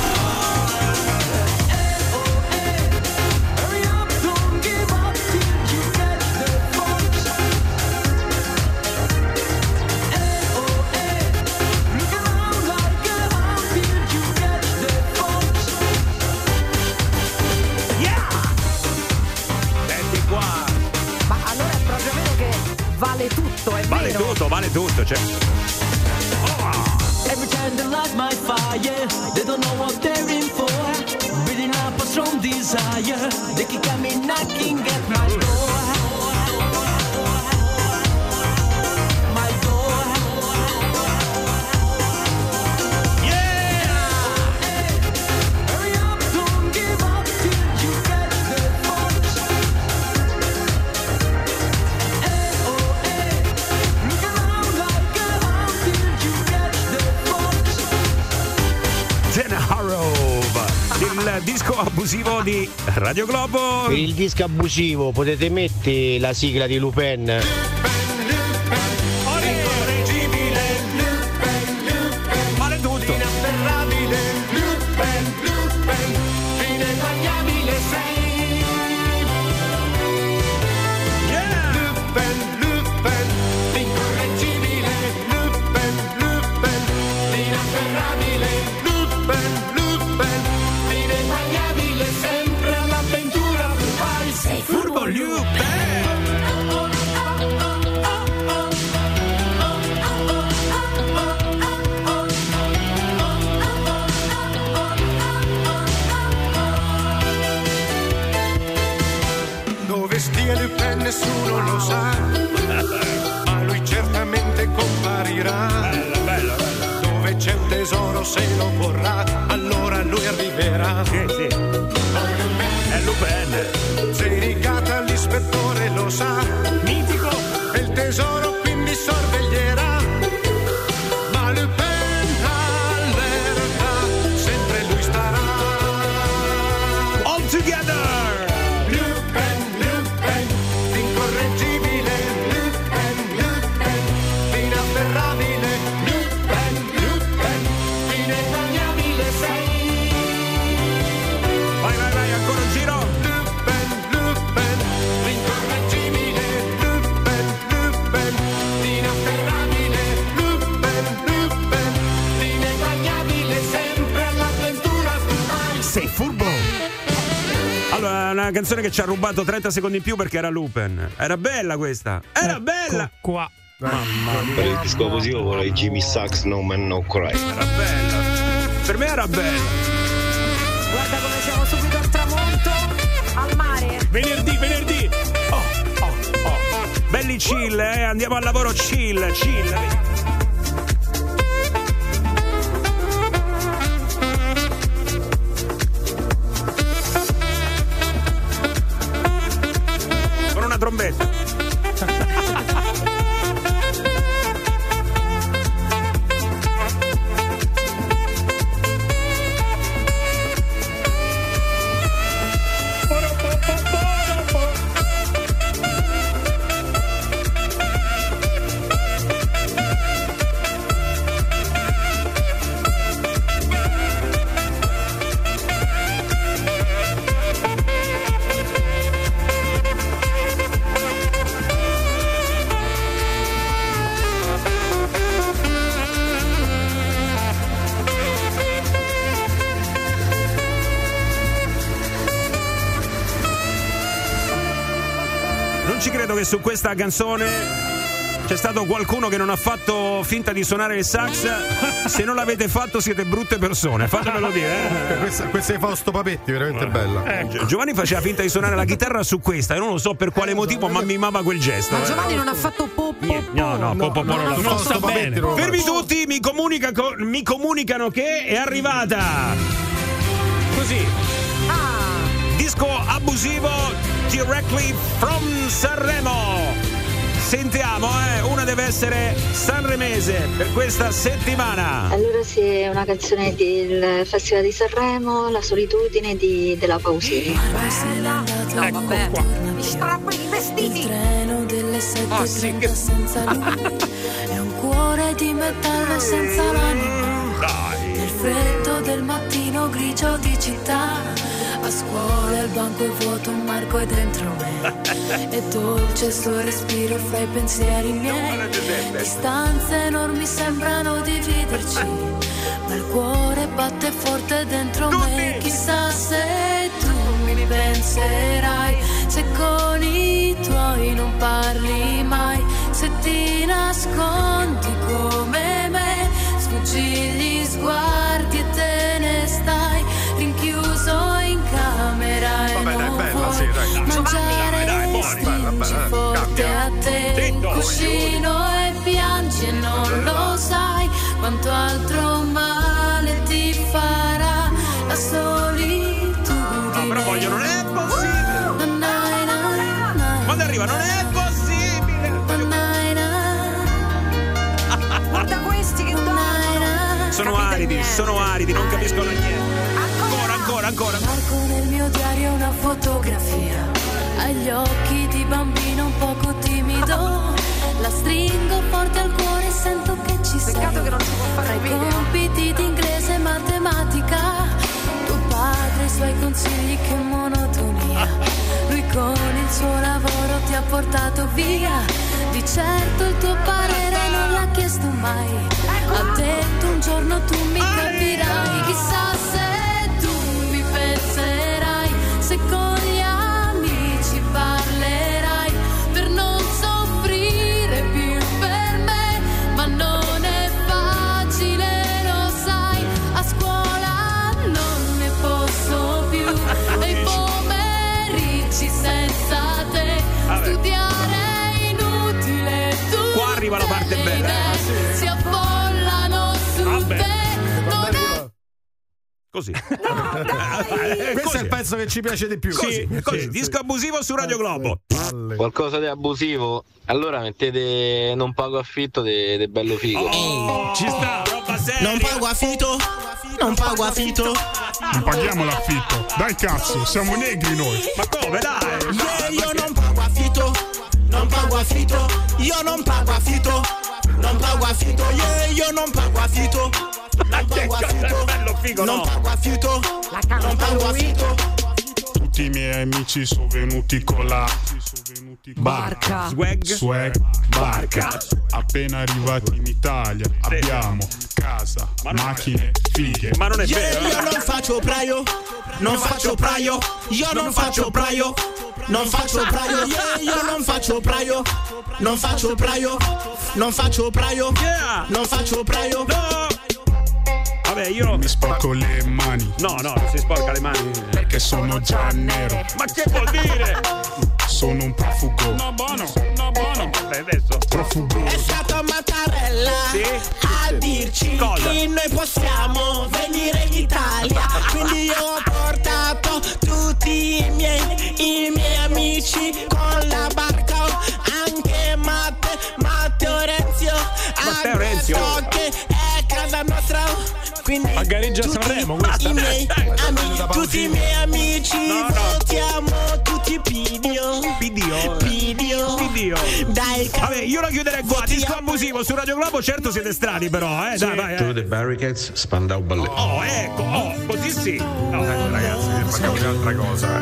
D: Vale tutto, è
A: vale
D: vero?
A: Vale tutto, cioè.
J: Every time they light my fire, they don't know what they're in for. Breathing up a strong desire, they keep coming knocking at my door. My door. Yeah! Hurry up, don't give up till you get the fox. Look around like a hound till you get the fox.
A: The Narrow, il disco abusivo di Radio Globo.
T: Per il disco abusivo potete mettere la sigla di Lupin.
A: Vale tutto.
J: Inafferrabile, Lupin, ineguagliabile sei. Lupin, incorreggibile, Lupin, inafferrabile, Lupin, ineguagliabile, sempre all'avventura, vai, sei furbo Lupin.
U: Dove stia Lupin nessuno lo sa, ma lui certamente comparirà.
A: Bella.
U: tesoro se lo vorrà, allora lui arriverà.
A: Sì. È Lupin.
U: Sei rigata l'ispettore lo sa,
C: mitico,
U: e il tesoro quindi sorveglierà. Ma Lupin allerta, sempre lui starà.
A: All together.
U: Lupin, incorreggibile. Lupin, inafferrabile. Lupin, ineguagliabile sei.
A: Vai, ancora un giro.
U: Lupin, incorreggibile. Lupin, inafferrabile. Lupin, ineguagliabile, sempre all'avventura tu vai.
A: Sei furbo. Allora, una canzone che ci ha rubato 30 secondi in più perché era Lupin. Era bella questa. Era bella.
C: Qua.
A: Mamma mia.
W: Per il disco così io vorrei Jimmy Sachs No Man No Cry.
A: Era bella. Per me era bella.
D: Guarda come siamo subito al tramonto, al mare.
A: Venerdì. Oh. Belli chill, andiamo al lavoro chill. Con una trombetta. Non ci credo che su questa canzone c'è stato qualcuno che non ha fatto finta di suonare il sax. Se non l'avete fatto siete brutte persone, fatemelo dire.
B: Questa è Fausto Papetti, veramente bella.
A: Giovanni faceva finta di suonare la chitarra su questa e non lo so per quale motivo, ma mimava quel gesto.
D: Ma Giovanni non ha fatto poppo.
A: No,
C: non sta bene.
A: Fermi tutti, mi comunicano che è arrivata così disco abusivo directly from Sanremo. Sentiamo, una deve essere sanremese per questa settimana.
E: Allora sì, è una canzone del Festival di Sanremo, La solitudine della Pausini.
D: No, vabbè. Mi strappo i vestiti.
H: Il treno delle 7:30 senza lui. È un cuore di metallo senza l'anima. Nel freddo del mattino grigio di città. A scuola il banco è vuoto, un marco è dentro me. È dolce il suo respiro fra i pensieri miei. Distanze enormi sembrano dividerci, ma il cuore batte forte dentro me. Chissà se tu mi penserai, se con i tuoi non parli mai, se ti nascondi come me, sfuggi gli sguardi e te ne stai rinchiuso in camera. E non vuoi mangiare, stringi forte a te un cuscino e piangi e non lo sai quanto altro male ti farà la solitudine.
A: No, però voglio, non è possibile. Quando arriva, non è possibile.
D: Guarda questi che
A: sono aridi, non capiscono niente. Ancora.
H: Marco nel mio diario una fotografia, agli occhi di bambino un poco timido. La stringo forte al cuore e sento che ci sei.
D: Peccato che non si può fare
H: i compiti di inglese e matematica. Tuo padre e i suoi consigli, che monotonia. Lui con il suo lavoro ti ha portato via. Di certo il tuo parere non l'ha chiesto mai. Ha detto un giorno tu mi capirai. Chissà se penserai, se con gli amici parlerai, per non soffrire più per me, ma non è facile, lo sai, a scuola non ne posso più, e i pomeriggi senza te, studiare è inutile, tu
A: qua arriva la parte bella.
H: si affollano su te.
A: Così.
B: Questo è il pezzo che ci piace di più.
A: Così. Disco abusivo su Radio Globo.
Q: Qualcosa di abusivo? Allora mettete Non pago affitto de Bello Figo.
A: Ci sta, roba seria.
J: Non pago affitto. Non pago affitto.
K: Non paghiamo l'affitto. Dai cazzo, siamo negri noi.
A: Ma come, dai?
J: Io non pago affitto. Non pago affitto. Io non pago affitto. Non pago affitto. Io non pago affitto. Non pago affitto.
A: Bello Figo,
J: non pago affitto. Non pago affitto.
K: Tutti i miei amici sono venuti con la
D: barca.
K: Swag barca. Appena arrivati in Italia abbiamo casa, macchine, fighe.
A: Ma non è vero.
J: Io non faccio praio. Non faccio praio. Io non faccio praio. Non faccio praio. Io non faccio praio. Non faccio praio. Non faccio praio. Non faccio praio.
A: Vabbè, io
K: mi sporco le mani.
A: No, non si sporca le mani.
K: Perché sono già nero.
A: Ma che vuol dire?
K: Sono un profugo.
A: No, buono. Adesso.
K: Profugo.
J: È stata Mattarella a dirci che noi possiamo venire in Italia. Quindi io ho portato tutti i miei amici con la barca. Anche Matteo Renzio. Che è casa nostra. Quindi
C: a gareggia Sanremo questa.
J: Tutti i miei amici votiamo tutti Pidio. Dai,
A: vabbè, io lo chiuderei qua. Disco abusivo su Radio Globo. Certo siete strani però, Dai, vai.
L: To the Barricades, Spandau Ballet.
A: Così sì. No, ragazzi, facciamo un'altra cosa.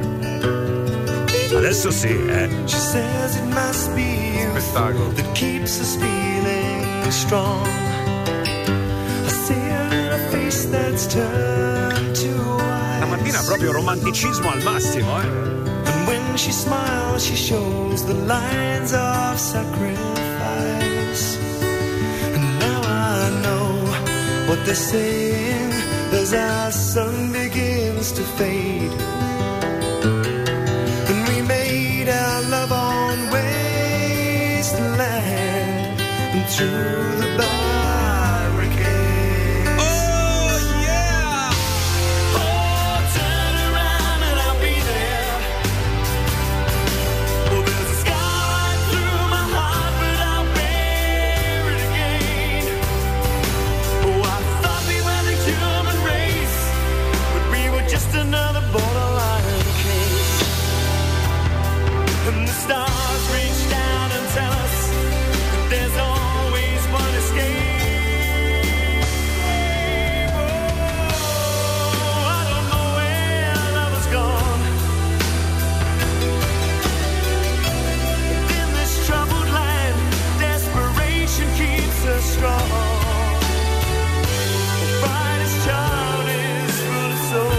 A: Adesso sì,
M: She says it must be you that keeps us feeling strong. I see her in a face that's turned to ice.
A: Stamattina proprio romanticismo al massimo,
M: And when she smiles, she shows the lines of sacrifice. And now I know what they're saying as our sun begins to fade. And we made our love on wasteland and through the barricades. Another borderline case, and the stars reach down and tell us that there's always one escape. Oh, I don't know where love has gone. In this troubled land, desperation keeps us strong. The finest child is full of soul.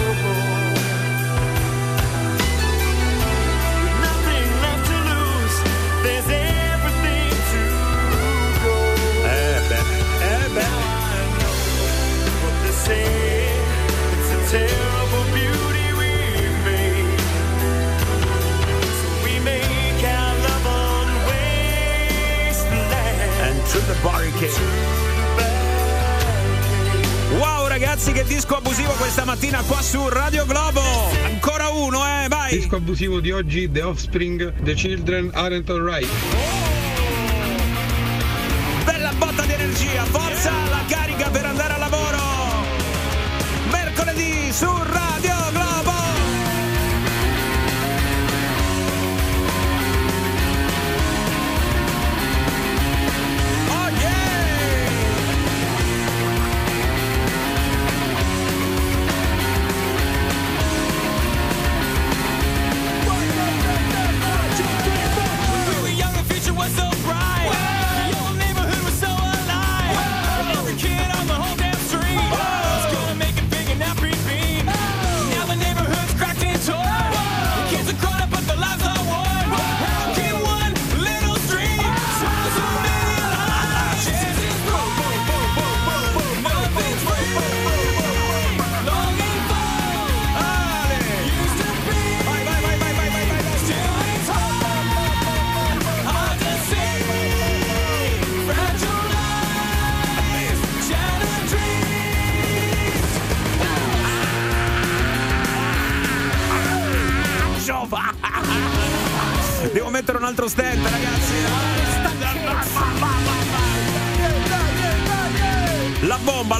M: It's a terrible beauty we've made. So we make our love on wasteland.
A: And to the barricade. Wow ragazzi, che disco abusivo questa mattina qua su Radio Globo. Ancora uno, vai.
V: Disco abusivo di oggi, The Offspring, The Children Aren't Alright.
A: Bella botta di energia, forza, la carica per andare a lavoro. Mercoledì su Radio Globo. Oh yeah! When we were young, the future show. Devo mettere un altro stand, ragazzi. La bomba.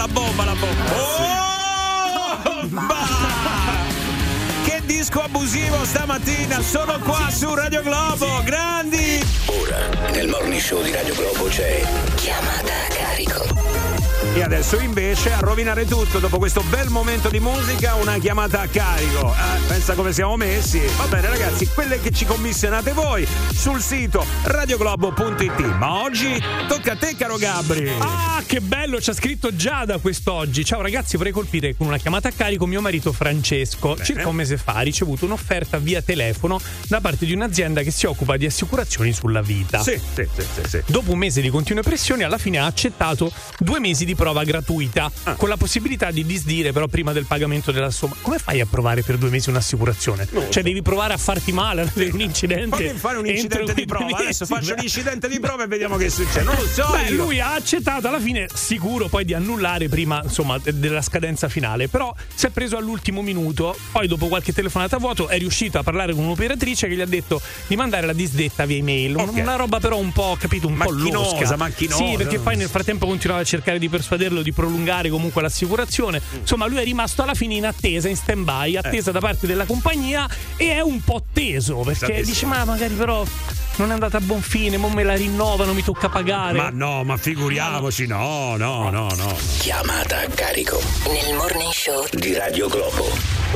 A: Che disco abusivo stamattina, solo qua su Radio Globo, grandi!
X: Ora, nel Morning Show di Radio Globo c'è Chiamata a carico.
A: E adesso invece a rovinare tutto, dopo questo bel momento di musica, una chiamata a carico. Pensa come siamo messi. Va bene ragazzi, quelle che ci commissionate voi sul sito radioglobo.it. Ma oggi tocca a te, caro Gabri.
C: Ah, che bello, ci ha scritto Giada quest'oggi. Ciao ragazzi, vorrei colpire con una chiamata a carico mio marito Francesco.
A: Bene.
C: Circa un mese fa ha ricevuto un'offerta via telefono da parte di un'azienda che si occupa di assicurazioni sulla vita.
A: Sì.
C: Dopo un mese di continue pressioni, alla fine ha accettato 2 mesi di prova gratuita, con la possibilità di disdire però prima del pagamento della somma. Come fai a provare per 2 mesi un'assicurazione? Cioè devi provare a farti male, avere un incidente.
A: Fammi fare un incidente di prova. Adesso faccio l'incidente di prova e vediamo che succede. Non lo so.
C: Beh, lui ha accettato alla fine, sicuro poi di annullare prima, insomma, della scadenza finale. Però si è preso all'ultimo minuto. Poi dopo qualche telefonata a vuoto è riuscito a parlare con un'operatrice che gli ha detto di mandare la disdetta via email.
A: Okay.
C: Una roba però un po', capito, un po' losca.
A: Macchinosa.
C: Sì, perché poi nel frattempo continuava a cercare di persuaderlo di prolungare comunque l'assicurazione. Insomma, lui è rimasto alla fine in attesa, in stand-by, attesa da parte della compagnia, e è un po' teso perché dice: ma magari però non è andata a buon fine, mo me la rinnovano, mi tocca pagare.
A: Ma no, ma figuriamoci, no.
X: Chiamata a carico nel Morning Show di Radio Globo.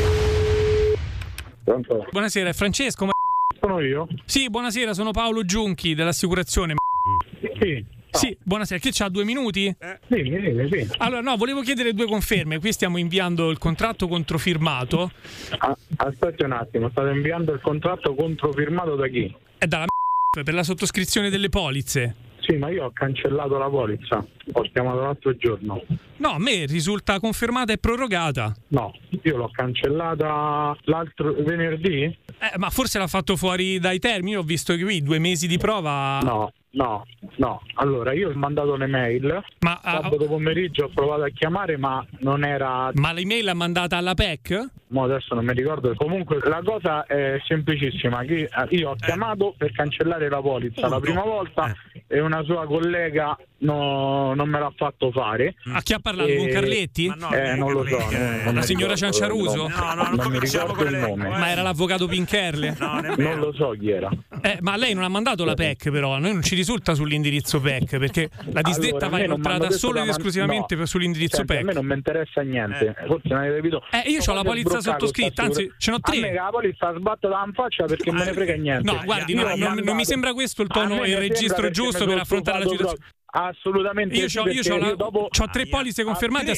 I: Pronto?
C: Buonasera, è Francesco.
I: Sono io?
C: Sì, buonasera, sono Paolo Giunchi dell'assicurazione.
I: Sì.
C: Sì, buonasera, che c'ha 2 minuti?
I: Sì.
C: Allora, no, volevo chiedere 2 conferme. Qui stiamo inviando il contratto controfirmato.
I: Aspetti un attimo, state inviando il contratto controfirmato da chi?
C: È dalla per la sottoscrizione delle polizze.
I: Sì, ma io ho cancellato la polizza. Ho chiamato l'altro giorno.
C: No, a me risulta confermata e prorogata.
I: No, io l'ho cancellata l'altro venerdì.
C: Ma forse l'ha fatto fuori dai termini. Ho visto che qui 2 mesi di prova.
I: No. Allora, io ho mandato un'email.
C: Ma
I: sabato pomeriggio ho provato a chiamare, ma non era.
C: Ma l'email l'ha mandata alla PEC?
I: Mo adesso non mi ricordo. Comunque la cosa è semplicissima. Io ho chiamato per cancellare la polizza la prima volta e una sua collega non me l'ha fatto fare.
C: A chi ha parlato? Con Carletti?
I: Non lo so.
C: La signora Cianciaruso?
I: Non mi ricordo il nome.
C: Ma era l'avvocato Pincherle?
I: Non lo so chi era.
C: Ma lei non ha mandato la PEC, però. A noi non ci risulta sull'indirizzo PEC, perché la disdetta va inoltrata solo ed esclusivamente sull'indirizzo PEC.
I: A me non mi interessa niente. Forse non hai capito.
C: Io ho la polizza sottoscritta, anzi ce n'ho 3.
I: A me la polizza sbattata in faccia perché me ne frega niente.
C: No, guardi, non mi sembra questo il tono e il registro giusto per affrontare la situazione.
I: Assolutamente.
C: Io ho 3 polizze confermate a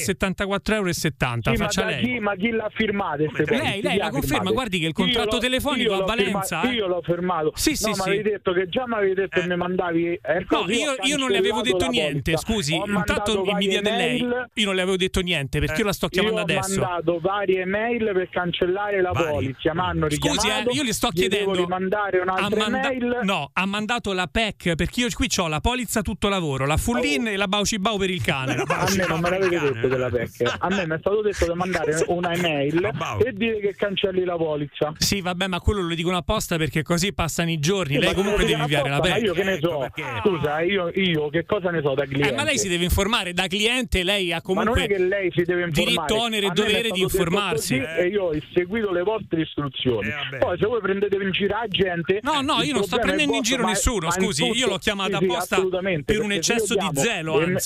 C: €74,70. Faccia lei.
I: Ma chi l'ha firmata?
C: Lei la conferma, guardi che il contratto telefonico a Valenza.
I: Io l'ho firmato.
C: Sì.
I: Ma avevi detto che già mi avevi detto che mi mandavi.
C: No, io non le avevo detto niente. Scusi, intanto mi dia del lei. Io non le avevo detto niente perché io la sto chiamando adesso.
I: Ho mandato varie mail per cancellare la polizia. Mi hanno richiamato.
C: Scusi, io le sto chiedendo.
I: Devo rimandare un'altra mail.
C: No, ha mandato la PEC perché io qui ho la polizza tutto lavoro, la Fullin e la Baucibau per il cane.
I: A me non me l'avete detto della PEC. A me mi è stato detto di mandare una email e dire che cancelli la polizza.
C: Sì, vabbè, ma quello lo dicono apposta perché così passano i giorni. Lei comunque deve inviare la PEC.
I: Ma io che ne so? Scusa, io che cosa ne so da cliente?
C: Ma lei si deve informare da cliente, lei ha comunque.
I: Ma non è che lei si deve informare.
C: Diritto, onere e dovere di informarsi.
I: E io ho seguito le vostre istruzioni. Poi se voi prendete in giro la gente.
C: No, io non sto prendendo in giro nessuno, scusi, io l'ho chiamata apposta per un eccesso di zelo, anzi.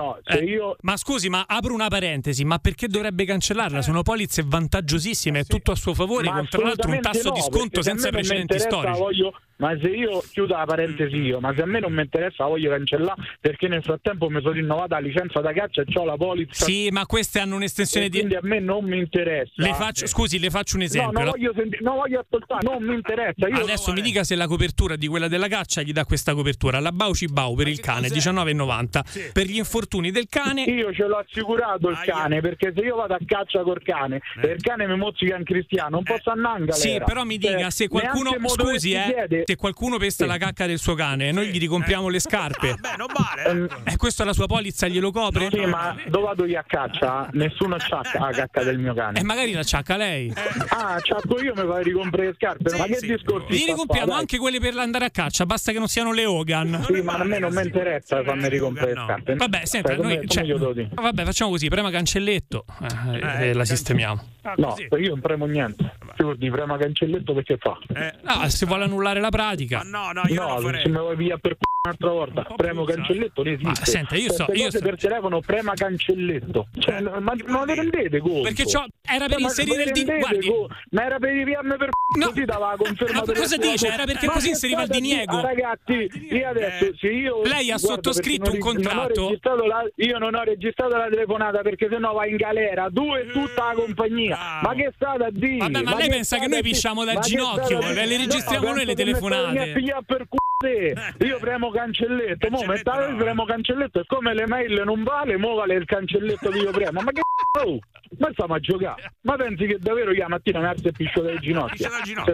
C: Ma scusi, ma apro una parentesi, ma perché dovrebbe cancellarla? Sono polizze vantaggiosissime, è tutto a suo favore, con tra l'altro un tasso di sconto senza precedenti storici.
I: Ma se io chiudo la parentesi ma se a me non mi interessa voglio cancellare perché nel frattempo mi sono rinnovata la licenza da caccia e c'ho la polizza.
C: Sì, ma queste hanno un'estensione di.
I: Quindi a me non mi interessa.
C: Scusi, le faccio un esempio.
I: No, non voglio ascoltare, non mi interessa.
C: Adesso mi dica se la copertura di quella della caccia gli dà questa copertura. La Baucibau per il cane, €19,90. Per gli infortuni del cane.
I: Io ce l'ho assicurato il cane, perché se io vado a caccia col cane e il cane mi mozzica un cristiano, non posso andare.
C: Sì, però mi dica se qualcuno. Scusi, Senti, qualcuno pesta la cacca del suo cane e noi gli ricompriamo le scarpe.
A: Beh, non vale.
C: Questa è la sua polizza, glielo copre?
I: Sì, ma dove vado io a caccia? Nessuno c'acca la cacca del mio cane.
C: Magari la ciacca lei.
I: Ciacco io, mi fai ricomprare le scarpe. Ma che discorsi?
C: Gli ricompriamo anche quelle per andare a caccia, basta che non siano le Hogan.
I: Sì, ma a me non mi interessa farmi ricomprare le scarpe.
C: Vabbè, senta, vabbè, facciamo così, prema cancelletto e la sistemiamo.
I: No, io non premo niente. Ti prema cancelletto perché fa?
C: Se vuole annullare la pratica.
A: No, io non lo farei.
I: Se mi vuoi via per un'altra volta, premo cancelletto non esiste.
C: Senta, io so
I: per telefono prema cancelletto. Cioè, ma non le rendete conto?
C: Perché era per inserire il diniego.
I: Ma era per inviarmi per così dava conferma.
C: Ma cosa dice? Era perché così inseriva il diniego.
I: Ragazzi, io adesso se io
C: lei ha sottoscritto un contratto.
I: Io non ho registrato la telefonata perché sennò va in galera. Tu e tutta la compagnia. Ma che state a dire?
C: Vabbè, ma lei pensa che noi pisciamo dal ginocchio? Le registriamo noi le telefonate.
I: Io premo cancelletto, io premo cancelletto e come le mail non vale, mo vale il cancelletto che io premo. Ma che ma stiamo a giocare? Ma pensi che davvero io la mattina mi alzo e piscio dalle ginocchia?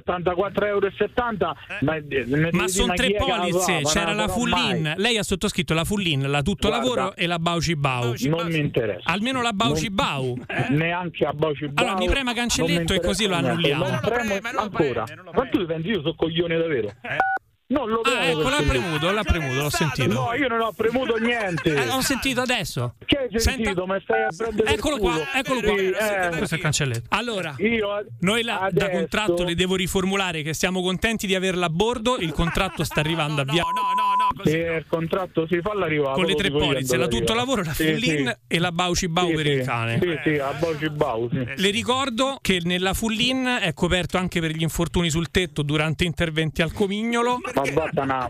I: 74,70 €,
C: ma sono 3 polizze, c'era la full in. Lei ha sottoscritto la full in, la tutto lavoro e la Bauci Bau.
I: Non mi interessa.
C: Almeno la Bauci Bau.
I: Neanche a Bauci Bau.
C: Allora mi prema cancelletto e così lo annulliamo.
I: Ancora. Ma tu pensi io sono coglione davvero? Non lo premo.
C: Ecco, l'ha premuto, l'ho sentito.
I: No, io non ho premuto niente.
C: L'ho sentito adesso.
I: Che hai sentito? Ma stai a prendere
C: eccolo qua. Questo è il cancelletto. Allora, noi da contratto le devo riformulare che siamo contenti di averla a bordo. Il contratto sta arrivando a via.
I: No, così. Il contratto si fa l'arrivare.
C: Con le 3 polizze, la tutto lavoro, la full in e la Bauci Bau per il cane.
I: Sì, la Bauci Bau.
C: Le ricordo che nella full in è coperto anche per gli infortuni sul tetto durante interventi al comignolo.
I: Ma batta no.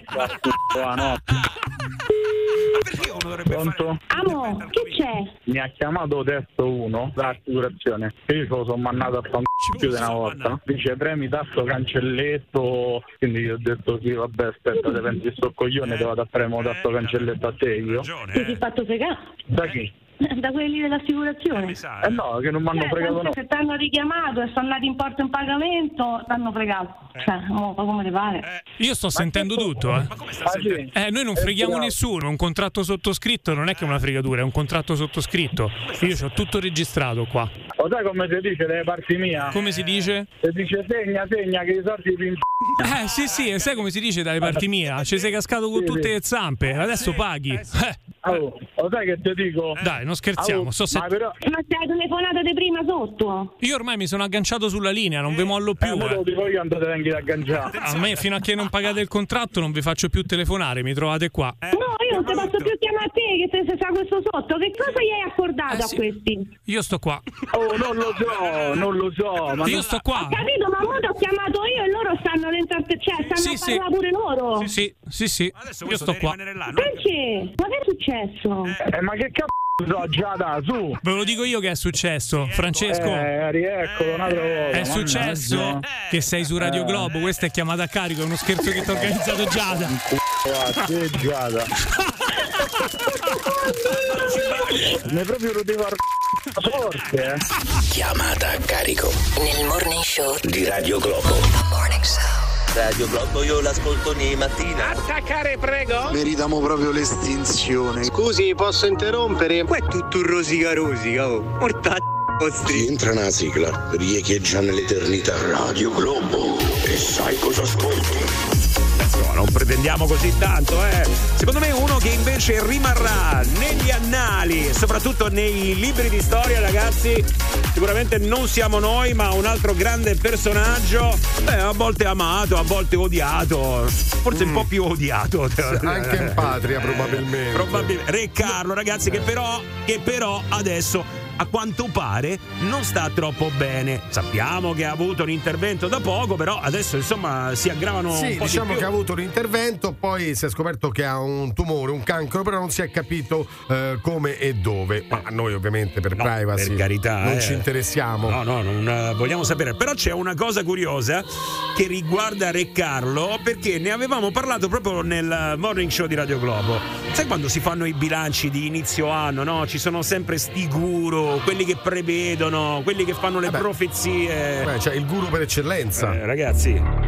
A: Perché uno dovrebbe
I: Pronto?
O: Amo, che c'è?
I: Mi ha chiamato Testo 1 dall'assicurazione. Io sono mandato a fare più di una volta. Dice premi tasto cancelletto. Quindi io ho detto sì, vabbè, aspetta, se pensi sto coglione, te vado a premo tasto cancelletto a te io.
O: Ti sei fatto fregare?
I: Da chi?
O: Da quelli dell'assicurazione.
I: No, che non mi hanno fregato no.
O: Se ti hanno richiamato e sono andati in porto in pagamento, ti hanno fregato. Cioè, come ti pare?
C: Io sto sentendo tutto,
A: Ma come sta sentendo?
C: Noi non freghiamo nessuno, un contratto sottoscritto non è che è una fregatura, è un contratto sottoscritto. Io ho tutto registrato qua.
I: Lo sai come si dice dalle parti mia?
C: Come si dice?
I: Si dice segna che i soldi
C: sì, e sai come si dice dalle parti mia? Ci sei cascato con tutte le zampe, adesso paghi.
I: Lo sai che ti dico?
C: Dai, non scherziamo.
O: Ma stai telefonata di prima sotto?
C: Io ormai mi sono agganciato sulla linea, non vi mollo più.
I: Lo dico io, andate anche ad agganciare.
C: A me fino a che non pagate il contratto non vi faccio più telefonare, mi trovate qua.
O: No, io non ti posso più chiamare a te che se sa questo sotto. Che cosa gli hai accordato a questi?
C: Io sto qua.
I: Non lo so. Ma
C: io sto qua.
O: Ho capito, ma ora ho chiamato io e loro stanno stanno a parlare pure loro.
C: Sì.
A: Adesso
C: io sto qua.
O: Perché? Ma che è successo?
I: Ma che cazzo? Giada, su.
C: Ve lo dico io che è successo, Francesco.
I: Rieccolo un'altra volta.
C: È successo che sei su Radio Globo. Questa è chiamata a carico, è uno scherzo che ti ha organizzato Giada.
I: Giada. Ne proprio lo devo forte,
X: Chiamata a carico
H: nel Morning Show
X: di Radio Globo.
W: Radio Globo io l'ascolto ogni mattina.
F: Attaccare, prego.
N: Meritiamo proprio l'estinzione.
T: Scusi, posso interrompere? Qua è tutto rosica, oh. Mortacci vostri.
G: Entra una sigla, riecheggia nell'eternità. Radio Globo. E sai cosa ascolti?
A: Non pretendiamo così tanto, Secondo me uno che invece rimarrà negli annali, soprattutto nei libri di storia, ragazzi, sicuramente non siamo noi, ma un altro grande personaggio, a volte amato, a volte odiato, forse un po' più odiato.
B: Anche in patria, probabilmente.
A: Re Carlo, ragazzi, che però adesso a quanto pare non sta troppo bene. Sappiamo che ha avuto un intervento da poco, però adesso insomma si aggravano un po'
B: diciamo
A: di più.
B: che ha avuto un intervento, poi si è scoperto che ha un tumore, un cancro, però non si è capito come e dove. Ma noi ovviamente per privacy,
A: per carità,
B: non ci interessiamo.
A: No, non vogliamo sapere. Però c'è una cosa curiosa che riguarda Re Carlo, perché ne avevamo parlato proprio nel Morning Show di Radio Globo. Sai quando si fanno i bilanci di inizio anno, no? Ci sono sempre sti guru, quelli che prevedono, quelli che fanno le profezie.
B: Cioè il guru per eccellenza.
A: Ragazzi,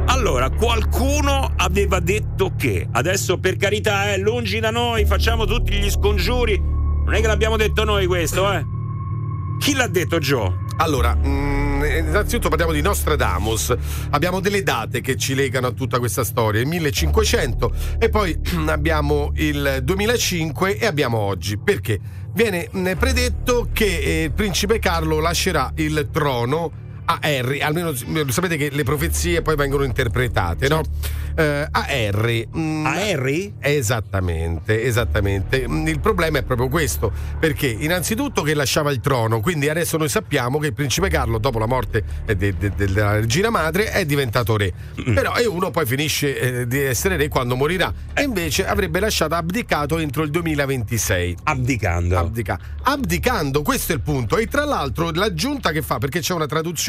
A: Allora, qualcuno aveva detto che, adesso per carità, lungi da noi, facciamo tutti gli scongiuri, non è che l'abbiamo detto noi questo, Chi l'ha detto, Joe?
B: Allora, innanzitutto parliamo di Nostradamus. Abbiamo delle date che ci legano a tutta questa storia: il 1500 e poi abbiamo il 2005 e abbiamo oggi. Perché? Viene predetto che il principe Carlo lascerà il trono a Harry, almeno sapete che le profezie poi vengono interpretate, no? A Harry.
A: A Harry?
B: Esattamente. Il problema è proprio questo, perché innanzitutto che lasciava il trono, quindi adesso noi sappiamo che il principe Carlo, dopo la morte della regina madre, è diventato re. Però uno poi finisce di essere re quando morirà, e invece avrebbe lasciato abdicato entro il 2026. Abdicando, questo è il punto. E tra l'altro l'aggiunta che fa, perché c'è una traduzione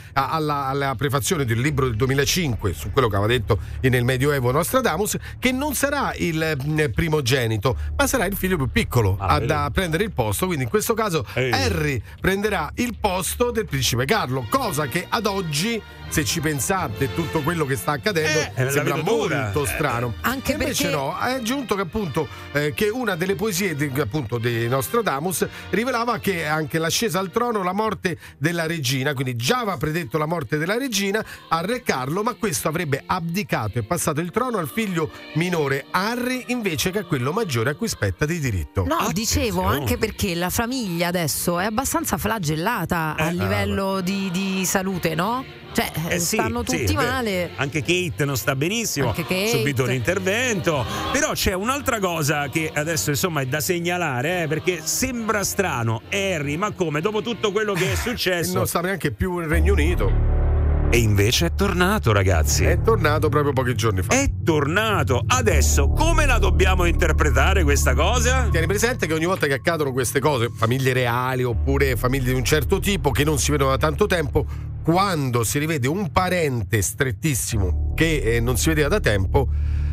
B: alla prefazione del libro del 2005 su quello che aveva detto nel Medioevo Nostradamus, che non sarà il primogenito, ma sarà il figlio più piccolo a prendere il posto. Quindi in questo caso Harry prenderà il posto del principe Carlo, cosa che ad oggi, se ci pensate, tutto quello che sta accadendo sembra molto strano.
D: Anche
B: invece
D: perché
B: no, è aggiunto che appunto che una delle poesie di Nostradamus rivelava che anche l'ascesa al trono, la morte della regina, quindi già aveva predetto la morte della regina al re Carlo, ma questo avrebbe abdicato e passato il trono al figlio minore Harry invece che a quello maggiore a cui spetta di diritto.
D: No, dicevo, anche perché la famiglia adesso è abbastanza flagellata a livello di salute, no? Cioè, stanno tutti male.
A: Anche Kate non sta benissimo, subito un intervento. Però c'è un'altra cosa che adesso insomma è da segnalare, perché sembra strano, Harry, ma come? Dopo tutto quello che è successo
B: non sta neanche più nel Regno Unito.
A: E invece è tornato, ragazzi.
B: È tornato proprio pochi giorni fa.
A: È tornato. Adesso come la dobbiamo interpretare questa cosa?
B: Tieni presente che ogni volta che accadono queste cose, famiglie reali oppure famiglie di un certo tipo che non si vedono da tanto tempo, quando si rivede un parente strettissimo che non si vedeva da tempo,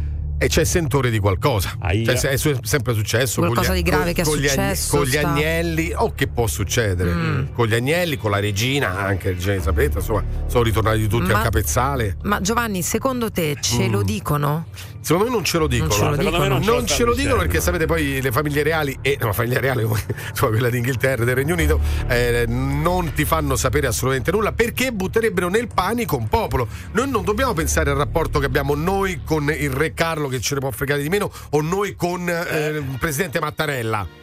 B: e c'è sentore di qualcosa. Cioè, è sempre successo
D: qualcosa di grave che è successo
B: con gli agnelli, o che può succedere con gli agnelli, con la regina, anche regina Elisabetta, insomma sono ritornati tutti al capezzale.
D: Ma Giovanni, secondo te ce lo dicono?
B: Secondo me non ce lo dicono. Non ce lo dicono perché sapete poi le famiglie reali e la famiglia reale insomma, quella d'Inghilterra e del Regno Unito non ti fanno sapere assolutamente nulla, perché butterebbero nel panico un popolo. Noi non dobbiamo pensare al rapporto che abbiamo noi con il re Carlo, che ce ne può fregare di meno, o noi con il presidente Mattarella.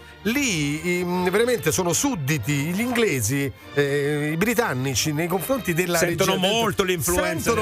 B: Lì veramente sono sudditi gli inglesi, i britannici nei confronti della
A: sentono molto l'influenza.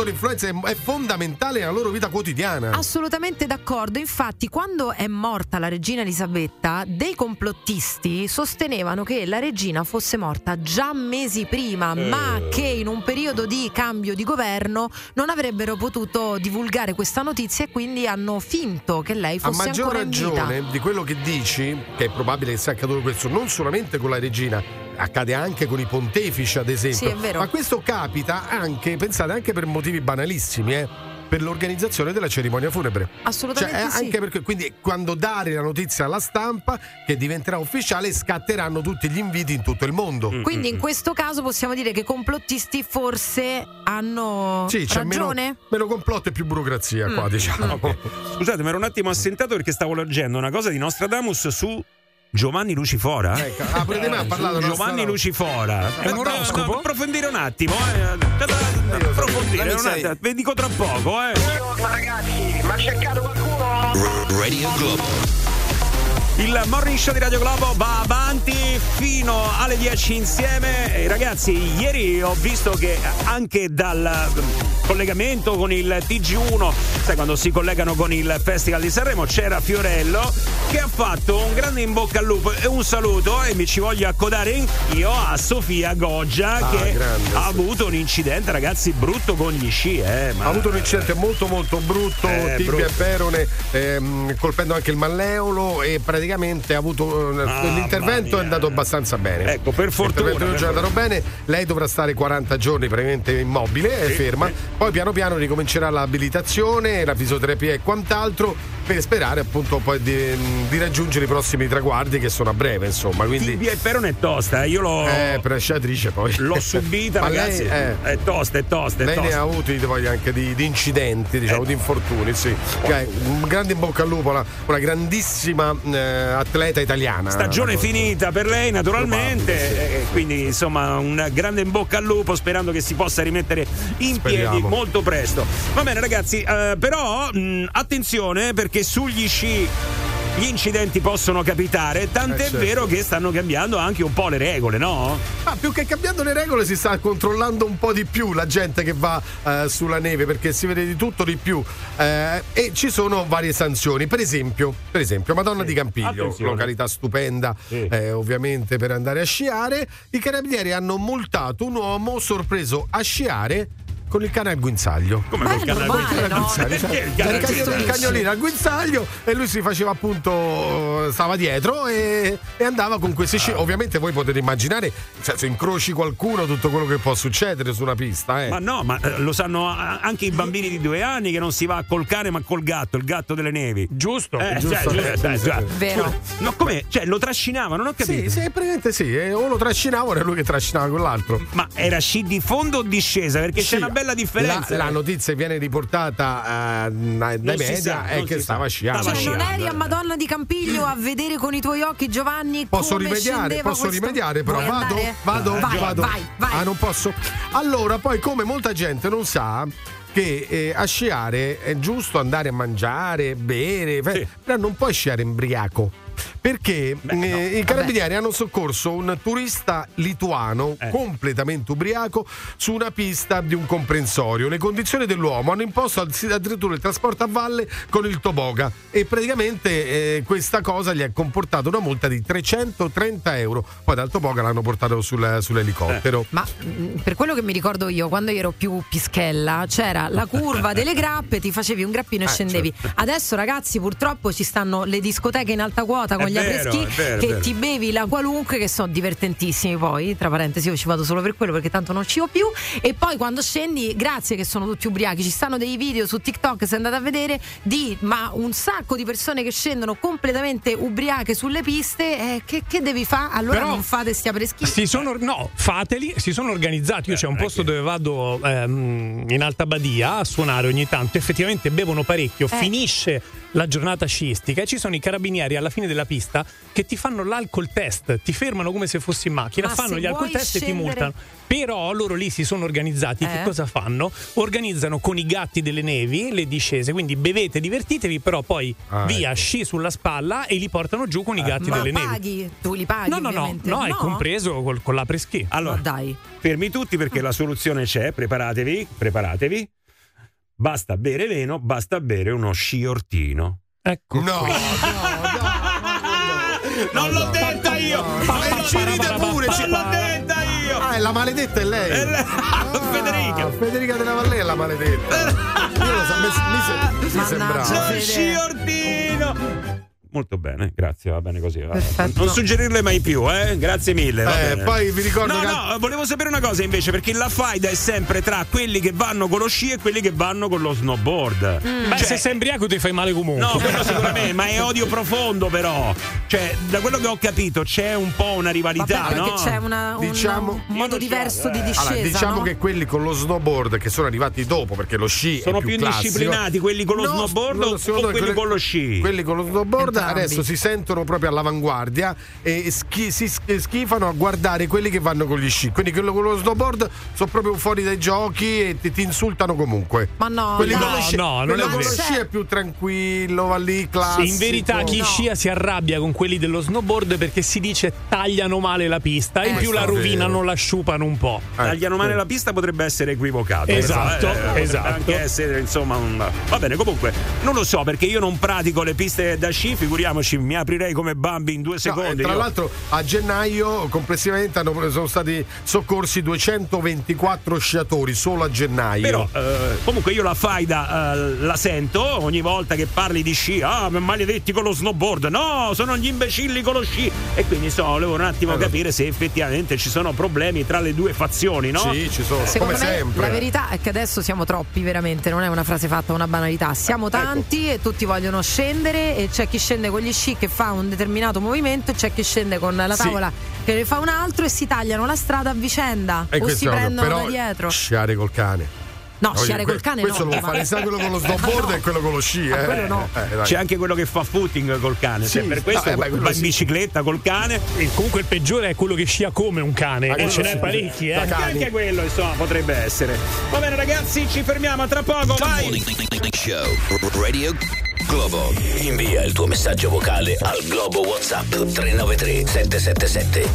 B: È fondamentale nella loro vita quotidiana.
D: Assolutamente d'accordo. Infatti, quando è morta la regina Elisabetta, dei complottisti sostenevano che la regina fosse morta già mesi prima, ma che in un periodo di cambio di governo non avrebbero potuto divulgare questa notizia, e quindi hanno finto che lei fosse ancora in vita.
B: A maggior ragione di quello che dici, che è probabile che sia accaduto questo non solamente con la regina, accade anche con i pontefici, ad esempio.
D: Sì, è vero.
B: Ma questo capita anche, pensate, anche per motivi banalissimi, per l'organizzazione della cerimonia funebre.
D: Assolutamente sì.
B: Anche perché, quindi, quando dare la notizia alla stampa che diventerà ufficiale, scatteranno tutti gli inviti in tutto il mondo.
D: Quindi in questo caso possiamo dire che i complottisti forse hanno ragione?
B: Meno complotto e più burocrazia qua, diciamo.
A: Okay. Scusate, mi ero un attimo assentato perché stavo leggendo una cosa di Nostradamus su Giovanni Lucifora.
B: Pure me ha parlato
A: Giovanni Lucifora.
C: È un oroscopo?
A: Approfondire un attimo, vi dico tra poco,
P: Buongiorno ragazzi, ma cercato qualcuno?
X: Radio Globo.
A: Il Morning Show di Radio Globo va avanti fino alle 10 insieme. Ragazzi, ieri ho visto che anche dal collegamento con il TG1, sai, quando si collegano con il Festival di Sanremo, c'era Fiorello che ha fatto un grande in bocca al lupo e un saluto, e mi ci voglio accodare anch'io a Sofia Goggia, che ha avuto un incidente, ragazzi, brutto con gli sci. Ha
B: avuto un incidente molto molto brutto, tibia e perone, colpendo anche il malleolo, e praticamente ha avuto l'intervento è andato abbastanza bene.
A: Ecco, per fortuna
B: è andato bene. Lei dovrà stare 40 giorni praticamente immobile, ferma. Poi piano piano ricomincerà l'abilitazione, la fisioterapia e quant'altro. per sperare appunto poi di raggiungere i prossimi traguardi che sono a breve, insomma. Quindi
A: però non è tosta, io l'ho
B: per sciatrice poi
A: l'ho subita,
B: ma
A: ragazzi. È tosta.
B: Lei ne ha avuti poi anche di incidenti, diciamo, di infortuni, sì. Un grande in bocca al lupo, una grandissima atleta italiana.
A: Stagione finita per lei, naturalmente,
B: sì.
A: Quindi insomma un grande in bocca al lupo, sperando che si possa rimettere in piedi molto presto. Va bene, ragazzi, però attenzione, perché sugli sci gli incidenti possono capitare, tant'è vero che stanno cambiando anche un po' le regole, no?
B: Ma più che cambiando le regole si sta controllando un po' di più la gente che va sulla neve, perché si vede di tutto di più e ci sono varie sanzioni. Per esempio Madonna di Campiglio, località stupenda, ovviamente per andare a sciare. I carabinieri hanno multato un uomo sorpreso a sciare con il cane al guinzaglio.
A: Come col cane al guinzaglio?
B: Il cagnolino al guinzaglio, e lui si faceva appunto, stava dietro e andava con questi sci. Ovviamente voi potete immaginare, se incroci qualcuno, tutto quello che può succedere su una pista.
A: Ma no, ma lo sanno anche i bambini di 2 anni che non si va col cane ma col gatto, il gatto delle nevi.
C: Giusto.
B: Vero.
A: No, com'è? Cioè lo trascinavano, non ho capito.
B: Sì, praticamente sì, o lo trascinavo, era lui che trascinava quell'altro.
A: Ma era sci di fondo o discesa? Perché c'è una bella differenza.
B: La notizia viene riportata dai media è che stava sciando.
D: Non eri a Madonna di Campiglio a vedere con i tuoi occhi, Giovanni?
B: Posso rimediare però vado.
D: Vai.
B: Non posso. Allora, poi, come molta gente non sa che a sciare è giusto andare a mangiare, bere, però non puoi sciare embriaco. Perché i carabinieri hanno soccorso un turista lituano completamente ubriaco su una pista di un comprensorio. Le condizioni dell'uomo hanno imposto addirittura il trasporto a valle con il toboga, e praticamente questa cosa gli ha comportato una multa di 330 euro. Poi dal toboga l'hanno portato sull'elicottero.
D: Ma per quello che mi ricordo io, quando io ero più pischella, c'era la curva delle grappe, ti facevi un grappino e scendevi. Adesso, ragazzi, purtroppo ci stanno le discoteche in alta quota con gli apres-ski che ti bevi la qualunque, che sono divertentissimi. Poi, tra parentesi, io ci vado solo per quello, perché tanto non scio più. E poi quando scendi, grazie che sono tutti ubriachi, ci stanno dei video su TikTok, se andate a vedere, ma un sacco di persone che scendono completamente ubriache sulle piste. Che devi fare? Allora però non fate sti apres-ski?
C: Fateli, si sono organizzati. Io c'è un posto dove vado in Alta Badia a suonare ogni tanto, effettivamente bevono parecchio, finisce la giornata sciistica e ci sono i carabinieri alla fine della pista che ti fanno l'alcol test, ti fermano come se fossi in macchina, fanno gli alcol test e ti multano. Però loro lì si sono organizzati. Che cosa fanno? Organizzano con i gatti delle nevi le discese, quindi bevete, divertitevi, però poi via sci sulla spalla e li portano giù con i gatti delle nevi.
D: Tu li paghi?
C: No, è compreso con l'apres-ski.
A: Allora,
D: dai,
A: fermi tutti, perché la soluzione c'è, preparatevi. Basta bere vino, basta bere uno sciortino.
C: Ecco.
B: No.
A: Non l'ho detta io.
B: Ci ride pure,
A: non l'ho detta io.
B: La maledetta è lei. Federica della Vallea è la maledetta. Io lo so, mi sembrava.
A: Lo sciortino. Molto bene, grazie, va bene così. Non suggerirle mai più, grazie mille.
B: Poi vi ricordo
A: volevo sapere una cosa invece, perché la faida è sempre tra quelli che vanno con lo sci e quelli che vanno con lo snowboard.
C: Se sei embriaco ti fai male comunque.
A: No, quello sicuramente, ma è odio profondo, però. Cioè, da quello che ho capito c'è un po' una rivalità,
D: no? Perché c'è un modo diverso di discesa.
B: Allora, diciamo che quelli con lo snowboard, che sono arrivati dopo, perché lo sci
A: sono
B: è più
A: disciplinati, quelli con lo snowboard o quelli con lo sci?
B: Quelli con lo snowboard adesso si sentono proprio all'avanguardia e si schifano a guardare quelli che vanno con gli sci. Quindi quello con lo snowboard sono proprio fuori dai giochi e ti insultano comunque.
D: Ma no,
B: quelli
C: non
B: quello con lo sci è più tranquillo, va lì, classico.
C: In verità chi scia si arrabbia con quelli dello snowboard perché si dice tagliano male la pista e in più la rovinano, la sciupano un po'.
A: Tagliano male la pista potrebbe essere equivocato.
C: Esatto.
A: Anche essere, insomma, va bene, comunque non lo so, perché io non pratico le piste da sci, figuriamoci, mi aprirei come Bambi in 2 secondi.
B: Tra l'altro a gennaio complessivamente sono stati soccorsi 224 sciatori solo a gennaio.
A: Però comunque io la faida la sento ogni volta che parli di sci. Maledetti con lo snowboard, no, sono gli imbecilli con lo sci. E quindi volevo un attimo capire se effettivamente ci sono problemi tra le due fazioni, no?
B: Sì, ci sono.
D: Secondo
B: come
D: me
B: sempre.
D: La verità è che adesso siamo troppi, veramente, non è una frase fatta, una banalità. Siamo tanti e tutti vogliono scendere, e c'è chi scende con gli sci che fa un determinato movimento, e c'è chi scende con la tavola che ne fa un altro, e si tagliano la strada a vicenda o si prendono da dietro.
B: Sciare col cane.
D: No, sciare col cane
B: questo
D: no.
B: Questo lo fa, sa quello con lo snowboard e quello con lo sci.
D: Quello no.
A: C'è anche quello che fa footing col cane.
B: Sì,
A: per questo va in bicicletta col cane.
C: E comunque il peggiore è quello che scia come un cane. E ce n'è parecchi,
A: Anche quello, insomma, potrebbe essere. Va bene, ragazzi, ci fermiamo tra poco. Vai!
X: Show Radio Globo. Invia il tuo messaggio vocale al Globo WhatsApp 393 777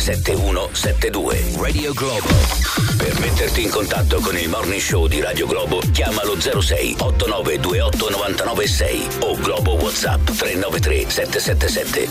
X: 7172. Radio Globo. Per metterti in contatto con il Morning Show di Radio Globo, chiamalo 06 8928 996 o Globo WhatsApp 393 777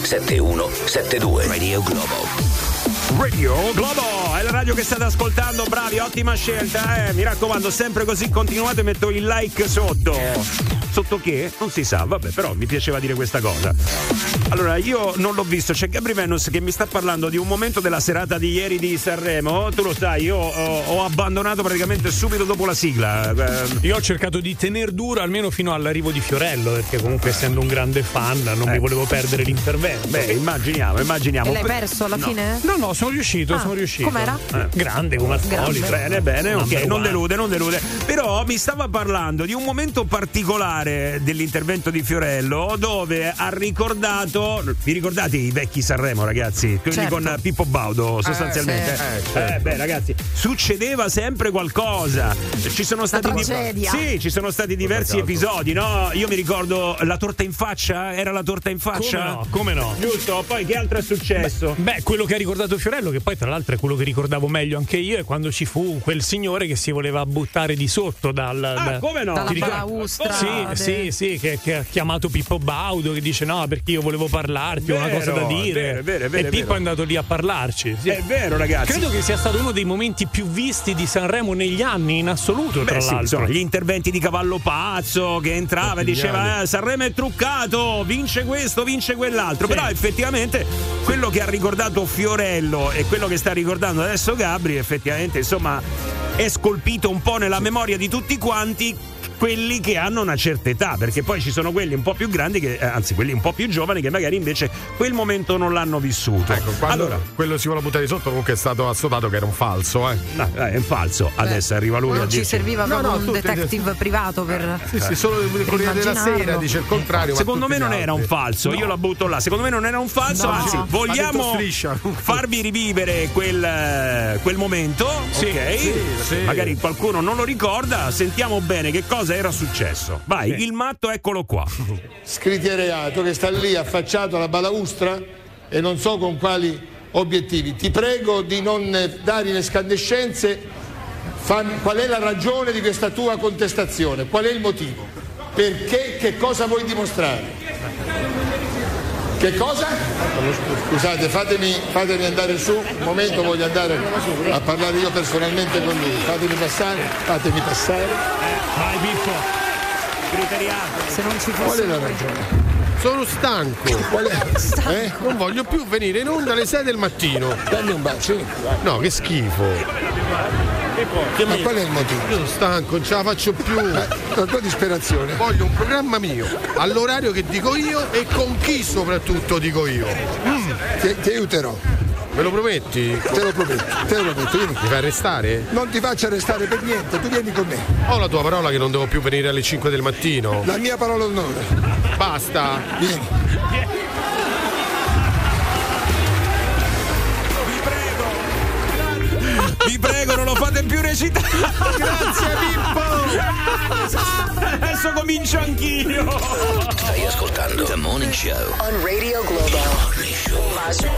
X: 7172. Radio Globo.
A: Radio Globo è la radio che state ascoltando, bravi, ottima scelta, mi raccomando, sempre così, continuate, metto il like sotto. Sotto che? Non si sa, vabbè, però mi piaceva dire questa cosa. Allora, io non l'ho visto, c'è Gabri Venus che mi sta parlando di un momento della serata di ieri di Sanremo. Tu lo sai, io ho abbandonato praticamente subito dopo la sigla.
C: Io ho cercato di tener duro almeno fino all'arrivo di Fiorello, perché comunque essendo un grande fan non mi volevo perdere l'intervento.
A: Beh, immaginiamo.
D: E l'hai perso alla fine?
C: No, sono riuscito.
D: Com'era?
C: Grande come al solito.
A: Bene, ok, non delude. Però mi stava parlando di un momento particolare dell'intervento di Fiorello, dove ha ricordato, vi ricordate i vecchi Sanremo, ragazzi? Quelli con Pippo Baudo, sostanzialmente. Beh, ragazzi, succedeva sempre qualcosa. Ci sono stati ci sono stati diversi episodi, no? Io mi ricordo la torta in faccia, era la torta in faccia?
C: Come no?
A: Giusto, poi che altro è successo?
C: Beh, quello che ha ricordato Fiorello, che poi tra l'altro è quello che ricordavo meglio anche io, è quando ci fu quel signore che si voleva buttare di sotto
A: come no?
D: Dalla balaustra.
C: Sì, che ha chiamato Pippo Baudo, che dice no, perché io volevo parlarti, ho una cosa da dire. E Pippo è andato lì a parlarci. Sì.
A: È vero, ragazzi.
C: Credo che sia stato uno dei momenti più visti di Sanremo negli anni in assoluto, tra l'altro.
A: Sono gli interventi di Cavallo Pazzo che entrava e diceva Sanremo è truccato, vince questo, vince quell'altro. Sì. Però effettivamente quello che ha ricordato Fiorello e quello che sta ricordando adesso Gabri, effettivamente, insomma, è scolpito un po' nella memoria di tutti quanti, quelli che hanno una certa età, perché poi ci sono quelli un po' più grandi quelli un po' più giovani che magari invece quel momento non l'hanno vissuto.
B: Ecco, allora quello si vuole buttare di sotto, comunque è stato assodato che era un falso,
A: No, è un falso. Adesso arriva lui a dirci.
D: Ci serviva proprio un detective privato per
B: solo il Corriere della Sera dice il contrario.
A: Secondo me non era un falso, io la butto là. Secondo me non era un falso, anzi, vogliamo farvi rivivere quel momento, ok? Magari qualcuno non lo ricorda, sentiamo bene che cosa era successo. Vai, il matto, eccolo qua.
E: Scriteriato che sta lì affacciato alla balaustra e non so con quali obiettivi. Ti prego di non dare in escandescenze qual è la ragione di questa tua contestazione, qual è il motivo, perché, che cosa vuoi dimostrare? Che cosa? Scusate, fatemi andare su, un momento, voglio andare a parlare io personalmente con lui. Fatemi passare.
A: Vai Pippo, criteriato.
D: Se non ci fosse.
E: Qual è la ragione?
B: Sono stanco.
E: Qual è?
B: Non voglio più venire in onda alle 6 del mattino.
E: Dammi un bacio.
B: No, che schifo.
E: Ma qual è il motivo?
B: Io sono stanco, non ce la faccio più.
E: La tua disperazione.
B: Voglio un programma mio, all'orario che dico io e con chi soprattutto dico io.
E: Ti aiuterò.
B: Me lo prometti?
E: Te lo prometto, vieni.
B: Mi fai arrestare?
E: Non ti faccio arrestare per niente, tu vieni con me.
B: Ho la tua parola che non devo più venire alle 5 del mattino.
E: La mia parola d'onore.
B: Basta.
E: Vieni.
A: Vi prego, non lo fate più recitare.
B: Grazie Pippo.
A: Adesso comincio anch'io.
X: Stai ascoltando The Morning Show
R: on Radio Globo.
X: Morning Show.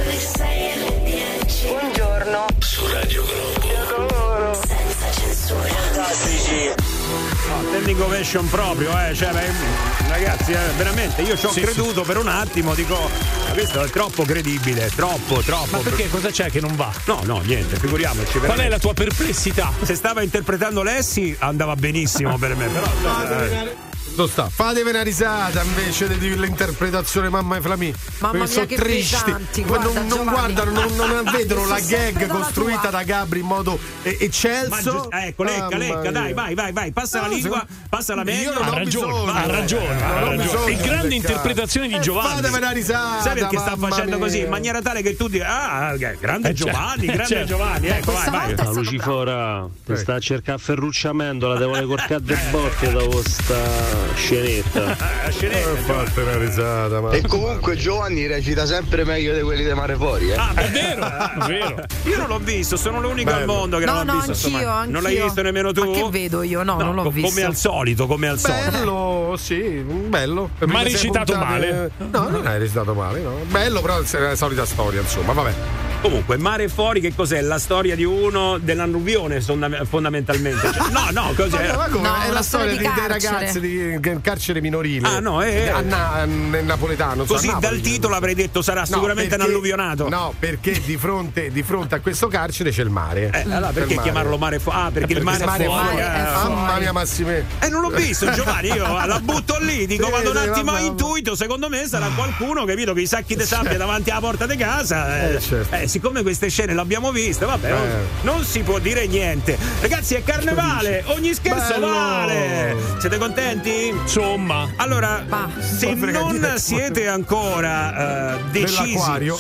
R: Buongiorno.
X: Su Radio Globo.
R: Senza censura. Fantastici.
A: Standing ovation proprio, cioè, ragazzi, veramente, io ci ho creduto per un attimo, dico, ma questo è troppo credibile, troppo.
C: Ma perché cosa c'è che non va?
A: No, niente, figuriamoci.
C: Qual è la tua perplessità?
A: Se stava interpretando Lessi andava benissimo per me, però.
B: Fatevi una risata invece dell'interpretazione Mamma e Flamì.
D: Mamma mia, che pesanti,
B: non guardano, non vedono la gag costruita da Gabri in modo eccelso.
A: Ecco, lecca, dai, vai, passa la lingua, passa la meglio.
C: Ha ragione. E grande interpretazione di Giovanni.
B: Fatevi una risata.
A: Sai perché sta facendo così? In maniera tale che tu dici, grande Giovanni, Giovanni, ecco, vai.
Q: La Lucifora sta a cercare Ferruccia Mendola, devo le corcate de botte da questa scenetta.
B: Fate una risata,
W: E comunque Giovanni recita sempre meglio di quelli di Mare Fuori,
C: è vero.
A: Io non l'ho visto, sono l'unico al mondo che non l'ho visto.
D: Anch'io.
A: Non l'hai visto nemmeno tu?
D: Ma che vedo io? No, non l'ho visto.
A: Come al solito.
B: Bello, sì, bello.
C: Ma hai recitato male?
B: No, non hai recitato male, no. Bello, però è la solita storia, insomma, vabbè.
A: Comunque, Mare Fuori che cos'è? La storia di uno dell'alluvione fondamentalmente. No, cos'è?
B: È la storia dei ragazzi di carcere minorile. Nel napoletano.
A: Così dal titolo avrei detto sarà sicuramente un alluvionato.
B: No, perché di fronte a questo carcere c'è il mare.
A: Allora perché chiamarlo Mare Fuori? Perché il mare è fuori.
B: Mamma mia, Massime.
A: Non l'ho visto, Giovanni, io la butto lì, dico vado un attimo a intuito, secondo me sarà qualcuno, capito, che i sacchi di sabbia davanti alla porta di casa.
B: Certo.
A: Siccome queste scene le abbiamo viste, vabbè, non si può dire niente. Ragazzi, è carnevale, ogni scherzo vale. Siete contenti?
C: Insomma.
A: Allora, se non siete ancora decisi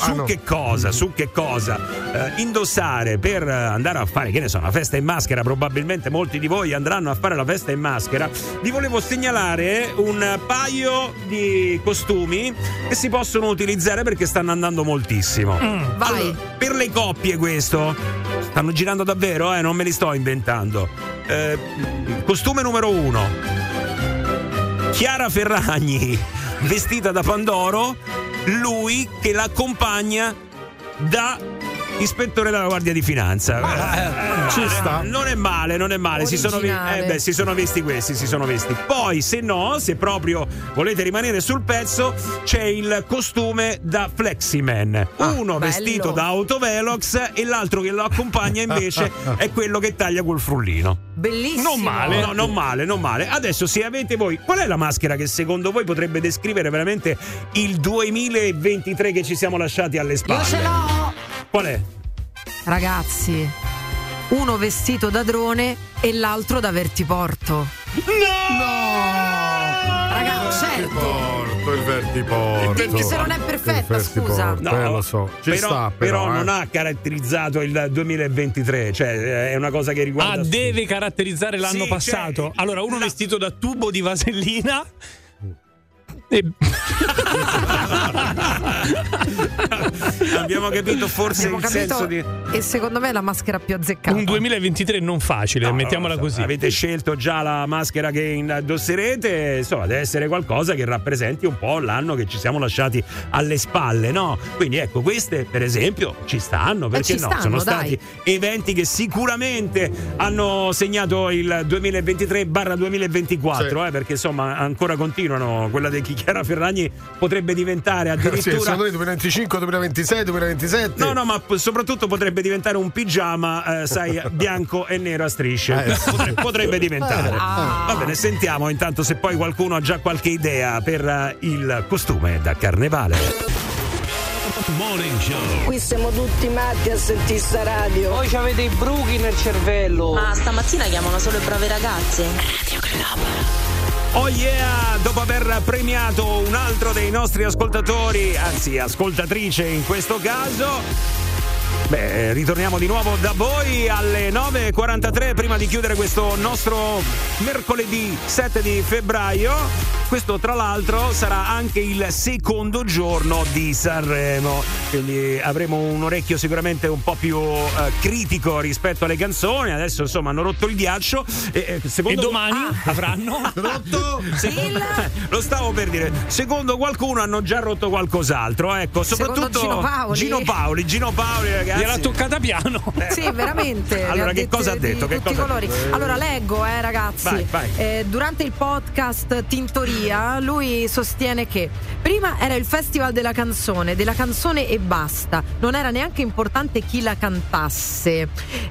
A: su che cosa indossare per andare a fare, che ne so, una festa in maschera, probabilmente molti di voi andranno a fare la festa in maschera, vi volevo segnalare un paio di costumi che si possono utilizzare perché stanno andando moltissimo.
D: Vai.
A: Allora, per le coppie questo stanno girando davvero, non me li sto inventando. Costume numero 1: Chiara Ferragni vestita da Pandoro, lui che l'accompagna da ispettore della Guardia di Finanza.
B: Ci sta.
A: Non è male. Si sono visti questi, Poi, se proprio volete rimanere sul pezzo, c'è il costume da Fleximan. Uno vestito da Autovelox e l'altro che lo accompagna invece è quello che taglia col frullino.
D: Bellissimo.
A: Non male. Adesso, se avete voi, qual è la maschera che secondo voi potrebbe descrivere veramente il 2023 che ci siamo lasciati alle spalle?
D: Io ce l'ho.
A: Qual è?
D: Ragazzi, uno vestito da drone e l'altro da vertiporto.
A: No!
D: Ragazzi, certo.
B: Il vertiporto.
D: Dimmi se non è perfetta, scusa.
B: No, lo so.
A: Però non ha caratterizzato il 2023, cioè è una cosa che riguarda.
C: Deve caratterizzare l'anno passato. Allora, uno vestito da tubo di vasellina.
A: Abbiamo capito forse senso di.
D: E secondo me è la maschera più azzeccata.
C: Un 2023 non facile, mettiamola così.
A: Avete scelto già la maschera che indosserete, insomma, deve essere qualcosa che rappresenti un po' l'anno che ci siamo lasciati alle spalle, no? Quindi ecco, queste per esempio ci stanno, perché sono stati eventi che sicuramente hanno segnato il 2023/2024, perché insomma ancora continuano. Quella di Chiara Ferragni potrebbe diventare addirittura.
B: Secondo me 2025, 2026, 2027.
A: No, ma soprattutto potrebbe diventare un pigiama, sai, bianco e nero a strisce. Potrebbe diventare. Va bene, sentiamo intanto se poi qualcuno ha già qualche idea per il costume da carnevale.
R: Morning Show.
S: Qui siamo tutti matti a sentire sta radio.
U: Voi avete i bruchi nel cervello.
Y: Ma stamattina chiamano solo le brave ragazze. Radio Club.
A: Oh yeah, dopo aver premiato un altro dei nostri ascoltatori, anzi ascoltatrice in questo caso, ritorniamo di nuovo da voi alle 9.43 prima di chiudere questo nostro mercoledì 7 di febbraio. Questo tra l'altro sarà anche il secondo giorno di Sanremo, quindi avremo un orecchio sicuramente un po' più critico rispetto alle canzoni. Adesso insomma hanno rotto il ghiaccio e
C: domani avranno
A: rotto lo stavo per dire, secondo qualcuno hanno già rotto qualcos'altro, ecco, soprattutto
D: Gino Paoli
A: ragazzi,
C: gliel'ha toccata piano.
D: Sì, veramente.
A: Allora, che cosa ha detto?
D: Che cosa colori. Allora, leggo, ragazzi.
A: Vai.
D: Durante il podcast Tintoria, lui sostiene che prima era il festival della canzone e basta. Non era neanche importante chi la cantasse.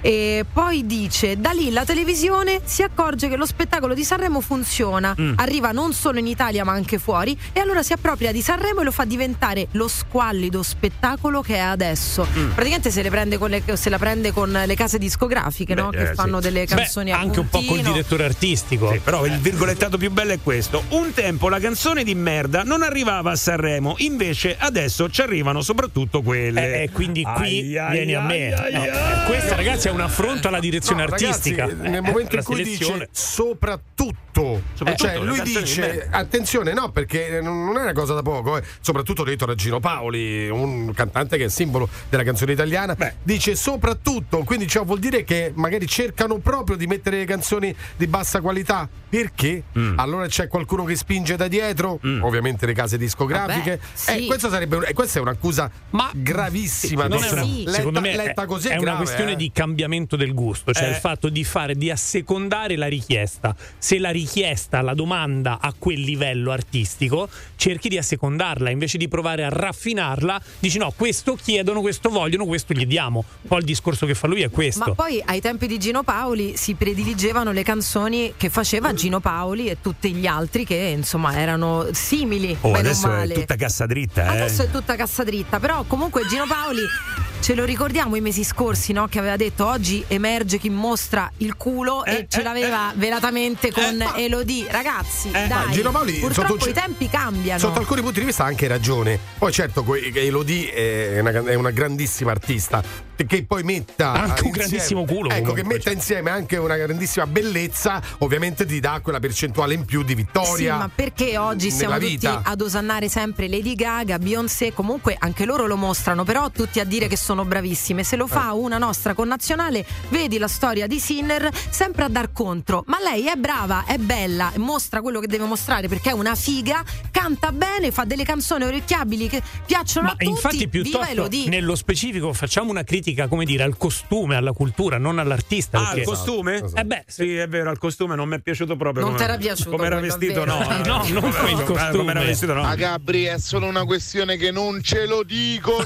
D: E poi dice: da lì la televisione si accorge che lo spettacolo di Sanremo funziona, arriva non solo in Italia ma anche fuori, e allora si appropria di Sanremo e lo fa diventare lo squallido spettacolo che è adesso. Praticamente se la prende con le case discografiche, no? Che fanno delle canzoni a
C: anche
D: puntino.
C: Un po' col direttore artistico.
A: Sì, però il virgolettato più bello è questo: un tempo la canzone di merda non arrivava a Sanremo, invece adesso ci arrivano soprattutto quelle.
C: Quindi qui vieni a me. Questa, ragazzi, è un affronto alla direzione artistica.
B: Ragazzi, nel momento in cui dice soprattutto, cioè lui dice attenzione, no, perché non è una cosa da poco, soprattutto detto da Gino Paoli, un cantante che è simbolo della canzone italiana. Dice soprattutto, quindi ciò vuol dire che magari cercano proprio di mettere canzoni di bassa qualità, perché allora c'è qualcuno che spinge da dietro, ovviamente le case discografiche.
D: Sì.
B: Questa è un'accusa gravissima.
C: Secondo me
B: letta così
C: è una questione di cambiamento del gusto, cioè il fatto di assecondare la richiesta. Se la richiesta, la domanda a quel livello artistico, cerchi di assecondarla invece di provare a raffinarla. Dici no, questo chiedono, questo vogliono, questo gli diamo. Poi il discorso che fa lui è questo.
D: Ma poi ai tempi di Gino Paoli si prediligevano le canzoni che faceva Gino Paoli e tutti gli altri che insomma erano simili.
A: Adesso
D: male.
A: è tutta cassa dritta.
D: Adesso è tutta cassa dritta, però comunque Gino Paoli ce lo ricordiamo i mesi scorsi, no? Che aveva detto oggi emerge chi mostra il culo e ce l'aveva velatamente con Elodie. Ragazzi, dai,
B: Gino Paoli,
D: purtroppo i tempi cambiano.
B: Sotto alcuni punti di vista ha anche ragione. Poi certo Elodie è una grandissima artista che poi metta
C: anche un grandissimo culo,
B: che metta insieme anche una grandissima bellezza, ovviamente ti dà quella percentuale in più di vittoria.
D: Sì, ma perché oggi siamo tutti ad osannare sempre Lady Gaga, Beyoncé? Comunque anche loro lo mostrano, però tutti a dire che sono bravissime. Se lo fa una nostra connazionale, vedi la storia di Sinner, sempre a dar contro. Ma lei è brava, è bella, mostra quello che deve mostrare perché è una figa, canta bene, fa delle canzoni orecchiabili che piacciono a tutti.
C: Ma infatti piuttosto nello specifico facciamo una critica, come dire, al costume, alla cultura, non all'artista.
A: Al costume? Sì, è vero, al costume non mi è piaciuto proprio.
D: Non ti era piaciuto?
A: Come era vestito, no.
C: No, non il costume.
A: Come era vestito, no.
E: Ma Gabri, è solo una questione che non ce lo dicono.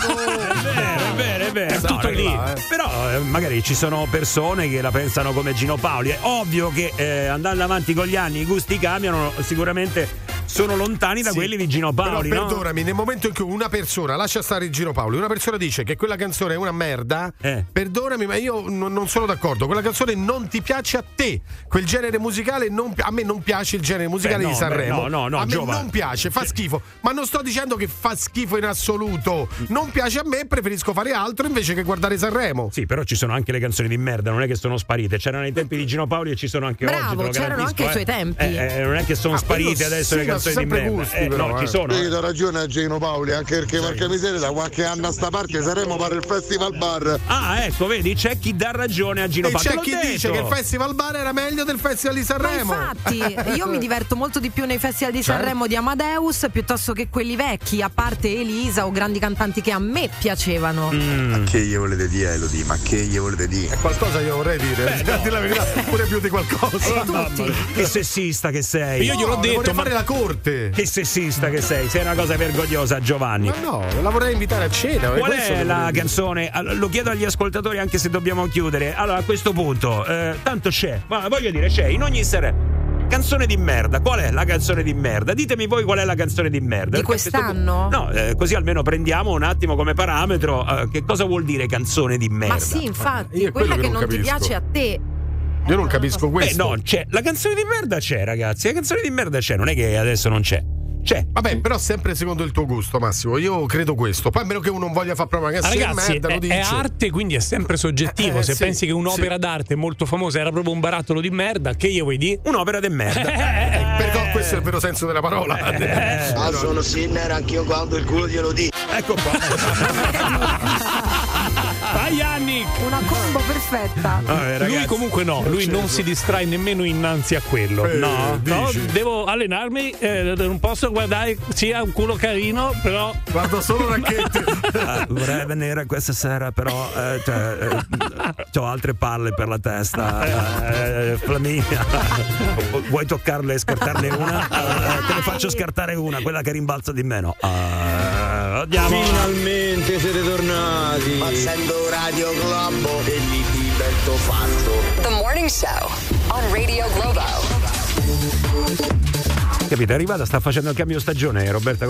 A: È vero.
C: È tutto lì.
A: Però magari ci sono persone che la pensano come Gino Paoli. È ovvio che andando avanti con gli anni i gusti cambiano, sicuramente sono lontani da quelli di Gino Paoli.
B: Però perdonami, nel momento in cui una persona, lascia stare Gino Paoli, una persona dice che quella canzone è una merda, perdonami, ma io non sono d'accordo. Quella canzone non ti piace a te, quel genere musicale a me non piace il genere musicale di Sanremo.
A: No,
B: a me non piace, fa schifo. Ma non sto dicendo che fa schifo in assoluto. Non piace a me, preferisco fare altro invece che guardare Sanremo.
A: Sì, però ci sono anche le canzoni di merda, non è che sono sparite. C'erano ai tempi di Gino Paoli e ci sono anche oggi.
D: Bravo, c'erano anche ai suoi tempi.
A: Non è che sono sparite adesso le canzoni di merda.
B: Gusti, però,
A: no, ci sono.
E: Io do ragione a Gino Paoli, anche perché porca miseria, da qualche anno a sta parte Sanremo pare il Festival Bar.
A: Ecco, vedi, c'è chi dà ragione a Gino Paoli.
B: E c'è chi dice che il Festival Bar era meglio del Festival di Sanremo.
D: Ma infatti, io mi diverto molto di più nei festival di Sanremo di Amadeus piuttosto che quelli vecchi, a parte Elisa o grandi cantanti che a me piacevano.
N: Ma che gli volete dire, Elodie? Ma che gli volete dire?
B: Qualcosa io vorrei dire. Dì la verità, pure più di qualcosa.
A: Che sessista che sei.
C: Io gliel'ho detto.
B: Vorrei fare la corte.
A: Che sessista che sei una cosa vergognosa, Giovanni.
B: Ma no, la vorrei invitare a cena.
A: Qual è la canzone? Lo chiedo agli ascoltatori anche se dobbiamo chiudere. Allora, a questo punto, tanto c'è, ma voglio dire, c'è in ogni Sanremo. Canzone di merda, qual è la canzone di merda? Ditemi voi qual è la canzone di merda.
D: Di quest'anno?
A: No, così almeno prendiamo un attimo come parametro che cosa vuol dire canzone di merda.
D: Ma sì, infatti, quella che non ti piace a te.
B: Io non capisco questo.
A: No, c'è. La canzone di merda c'è, ragazzi. La canzone di merda c'è, non è che adesso non c'è. C'è.
B: Vabbè, però sempre secondo il tuo gusto, Massimo. Io credo questo. Poi a meno che uno non voglia fare proprio una canzone di merda, lo dice.
C: È arte, quindi è sempre soggettivo. Se pensi che un'opera d'arte molto famosa era proprio un barattolo di merda, che io vuoi dire?
A: Un'opera di merda.
B: Però questo è il vero senso della parola.
W: Sono Sinner, anch'io quando il culo glielo dico.
A: Ecco qua.
C: Vai Yannick!
D: Una combo perfetta.
C: Lui comunque no, lui non si distrae nemmeno innanzi a quello. No, devo allenarmi, non posso guardare sia un culo carino, però
B: guardo solo racchette.
A: Vorrei venire questa sera, però ho altre palle per la testa. Flaminia, vuoi toccarle e scartarne una? Te ne faccio scartare una, quella che rimbalza di meno. Andiamo.
U: Finalmente siete tornati.
W: Facendo Radio Globo e mi divento fatto.
J: The Morning Show on Radio Globo.
A: Capito, è arrivata, sta facendo il cambio stagione, Roberta.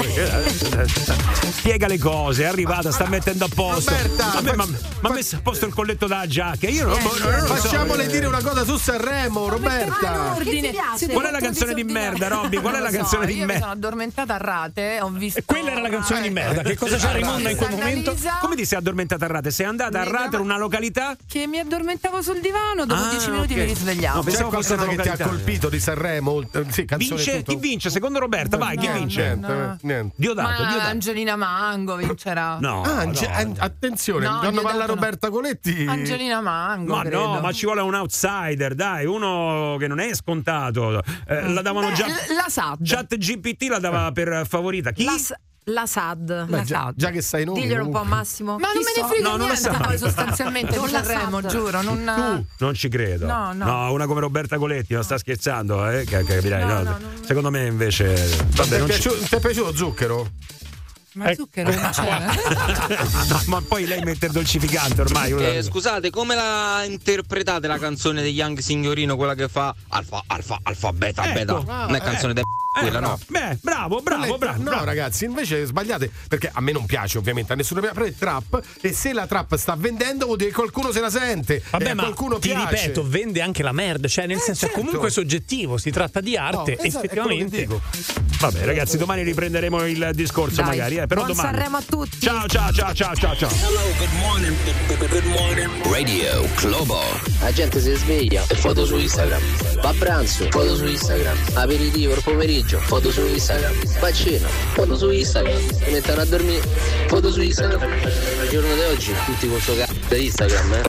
A: Spiega le cose, è arrivata, sta mettendo a posto.
B: Roberta,
A: ma ha messo a posto il colletto della giacca. Io non
B: facciamole dire una cosa su Sanremo, Roberta.
A: Qual è la canzone di merda, Robby? Qual è la canzone di merda?
K: Mi sono addormentata a rate, ho visto.
C: E quella era la canzone di merda. Che cosa c'era Rimonda in quel momento?
A: Come ti sei addormentata a rate? Sei andata a rate in una località?
K: Che mi addormentavo sul divano, dopo 10 minuti mi risvegliavo.
B: No, pensavo qualcosa che ti ha colpito di Sanremo. Sì, canzone
A: chi vince? Secondo Roberta, vai, chi vince?
B: Niente.
A: Diodato.
K: Angelina Mango vincerà.
A: No.
B: Attenzione, quando parla Roberta Coletti.
K: Angelina Mango.
A: Ma
K: credo.
A: no, ma ci vuole un outsider, dai, uno che non è scontato. La davano già.
K: La SAD.
A: Chat GPT la dava per favorita. Chi?
D: La SAD.
B: Già che sai noi.
D: Diglielo un po' Massimo.
K: Ma non me ne frega niente, sostanzialmente con Sanremo, giuro.
A: Non ci credo. No, una come Roberta Coletti, non sta scherzando, capirai. No. Secondo me invece. Vabbè,
B: ti è piaciuto Zucchero?
K: Ma Zucchero non c'è.
A: No, ma poi lei mette il dolcificante ormai.
U: Scusate, come la interpretate la canzone di Young Signorino, quella che fa alfa beta beta? Non è canzone quella, no?
A: Beh, bravo.
B: No, ragazzi, invece sbagliate, perché a me non piace, ovviamente, a nessuno piace, però è trap, e se la trap sta vendendo vuol dire che qualcuno se la sente.
C: Vabbè, ma
B: qualcuno
C: ti
B: piace.
C: Ripeto, vende anche la merda, cioè nel senso
B: certo.
C: È comunque soggettivo, si tratta di arte, effettivamente.
A: Vabbè, ragazzi, domani riprenderemo il discorso. Dai. Magari, però
D: buon
A: domani.
D: Sanremo a tutti.
A: Ciao.
X: Hello, good morning. Radio Globo.
W: La gente si sveglia e foto su Instagram. Va a pranzo, foto su Instagram. Aperitivo il pomeriggio, foto su Instagram. Va a cena, foto su Instagram. Si mettono a dormire, foto su Instagram. Il giorno di oggi tutti con suo c***o di Instagram,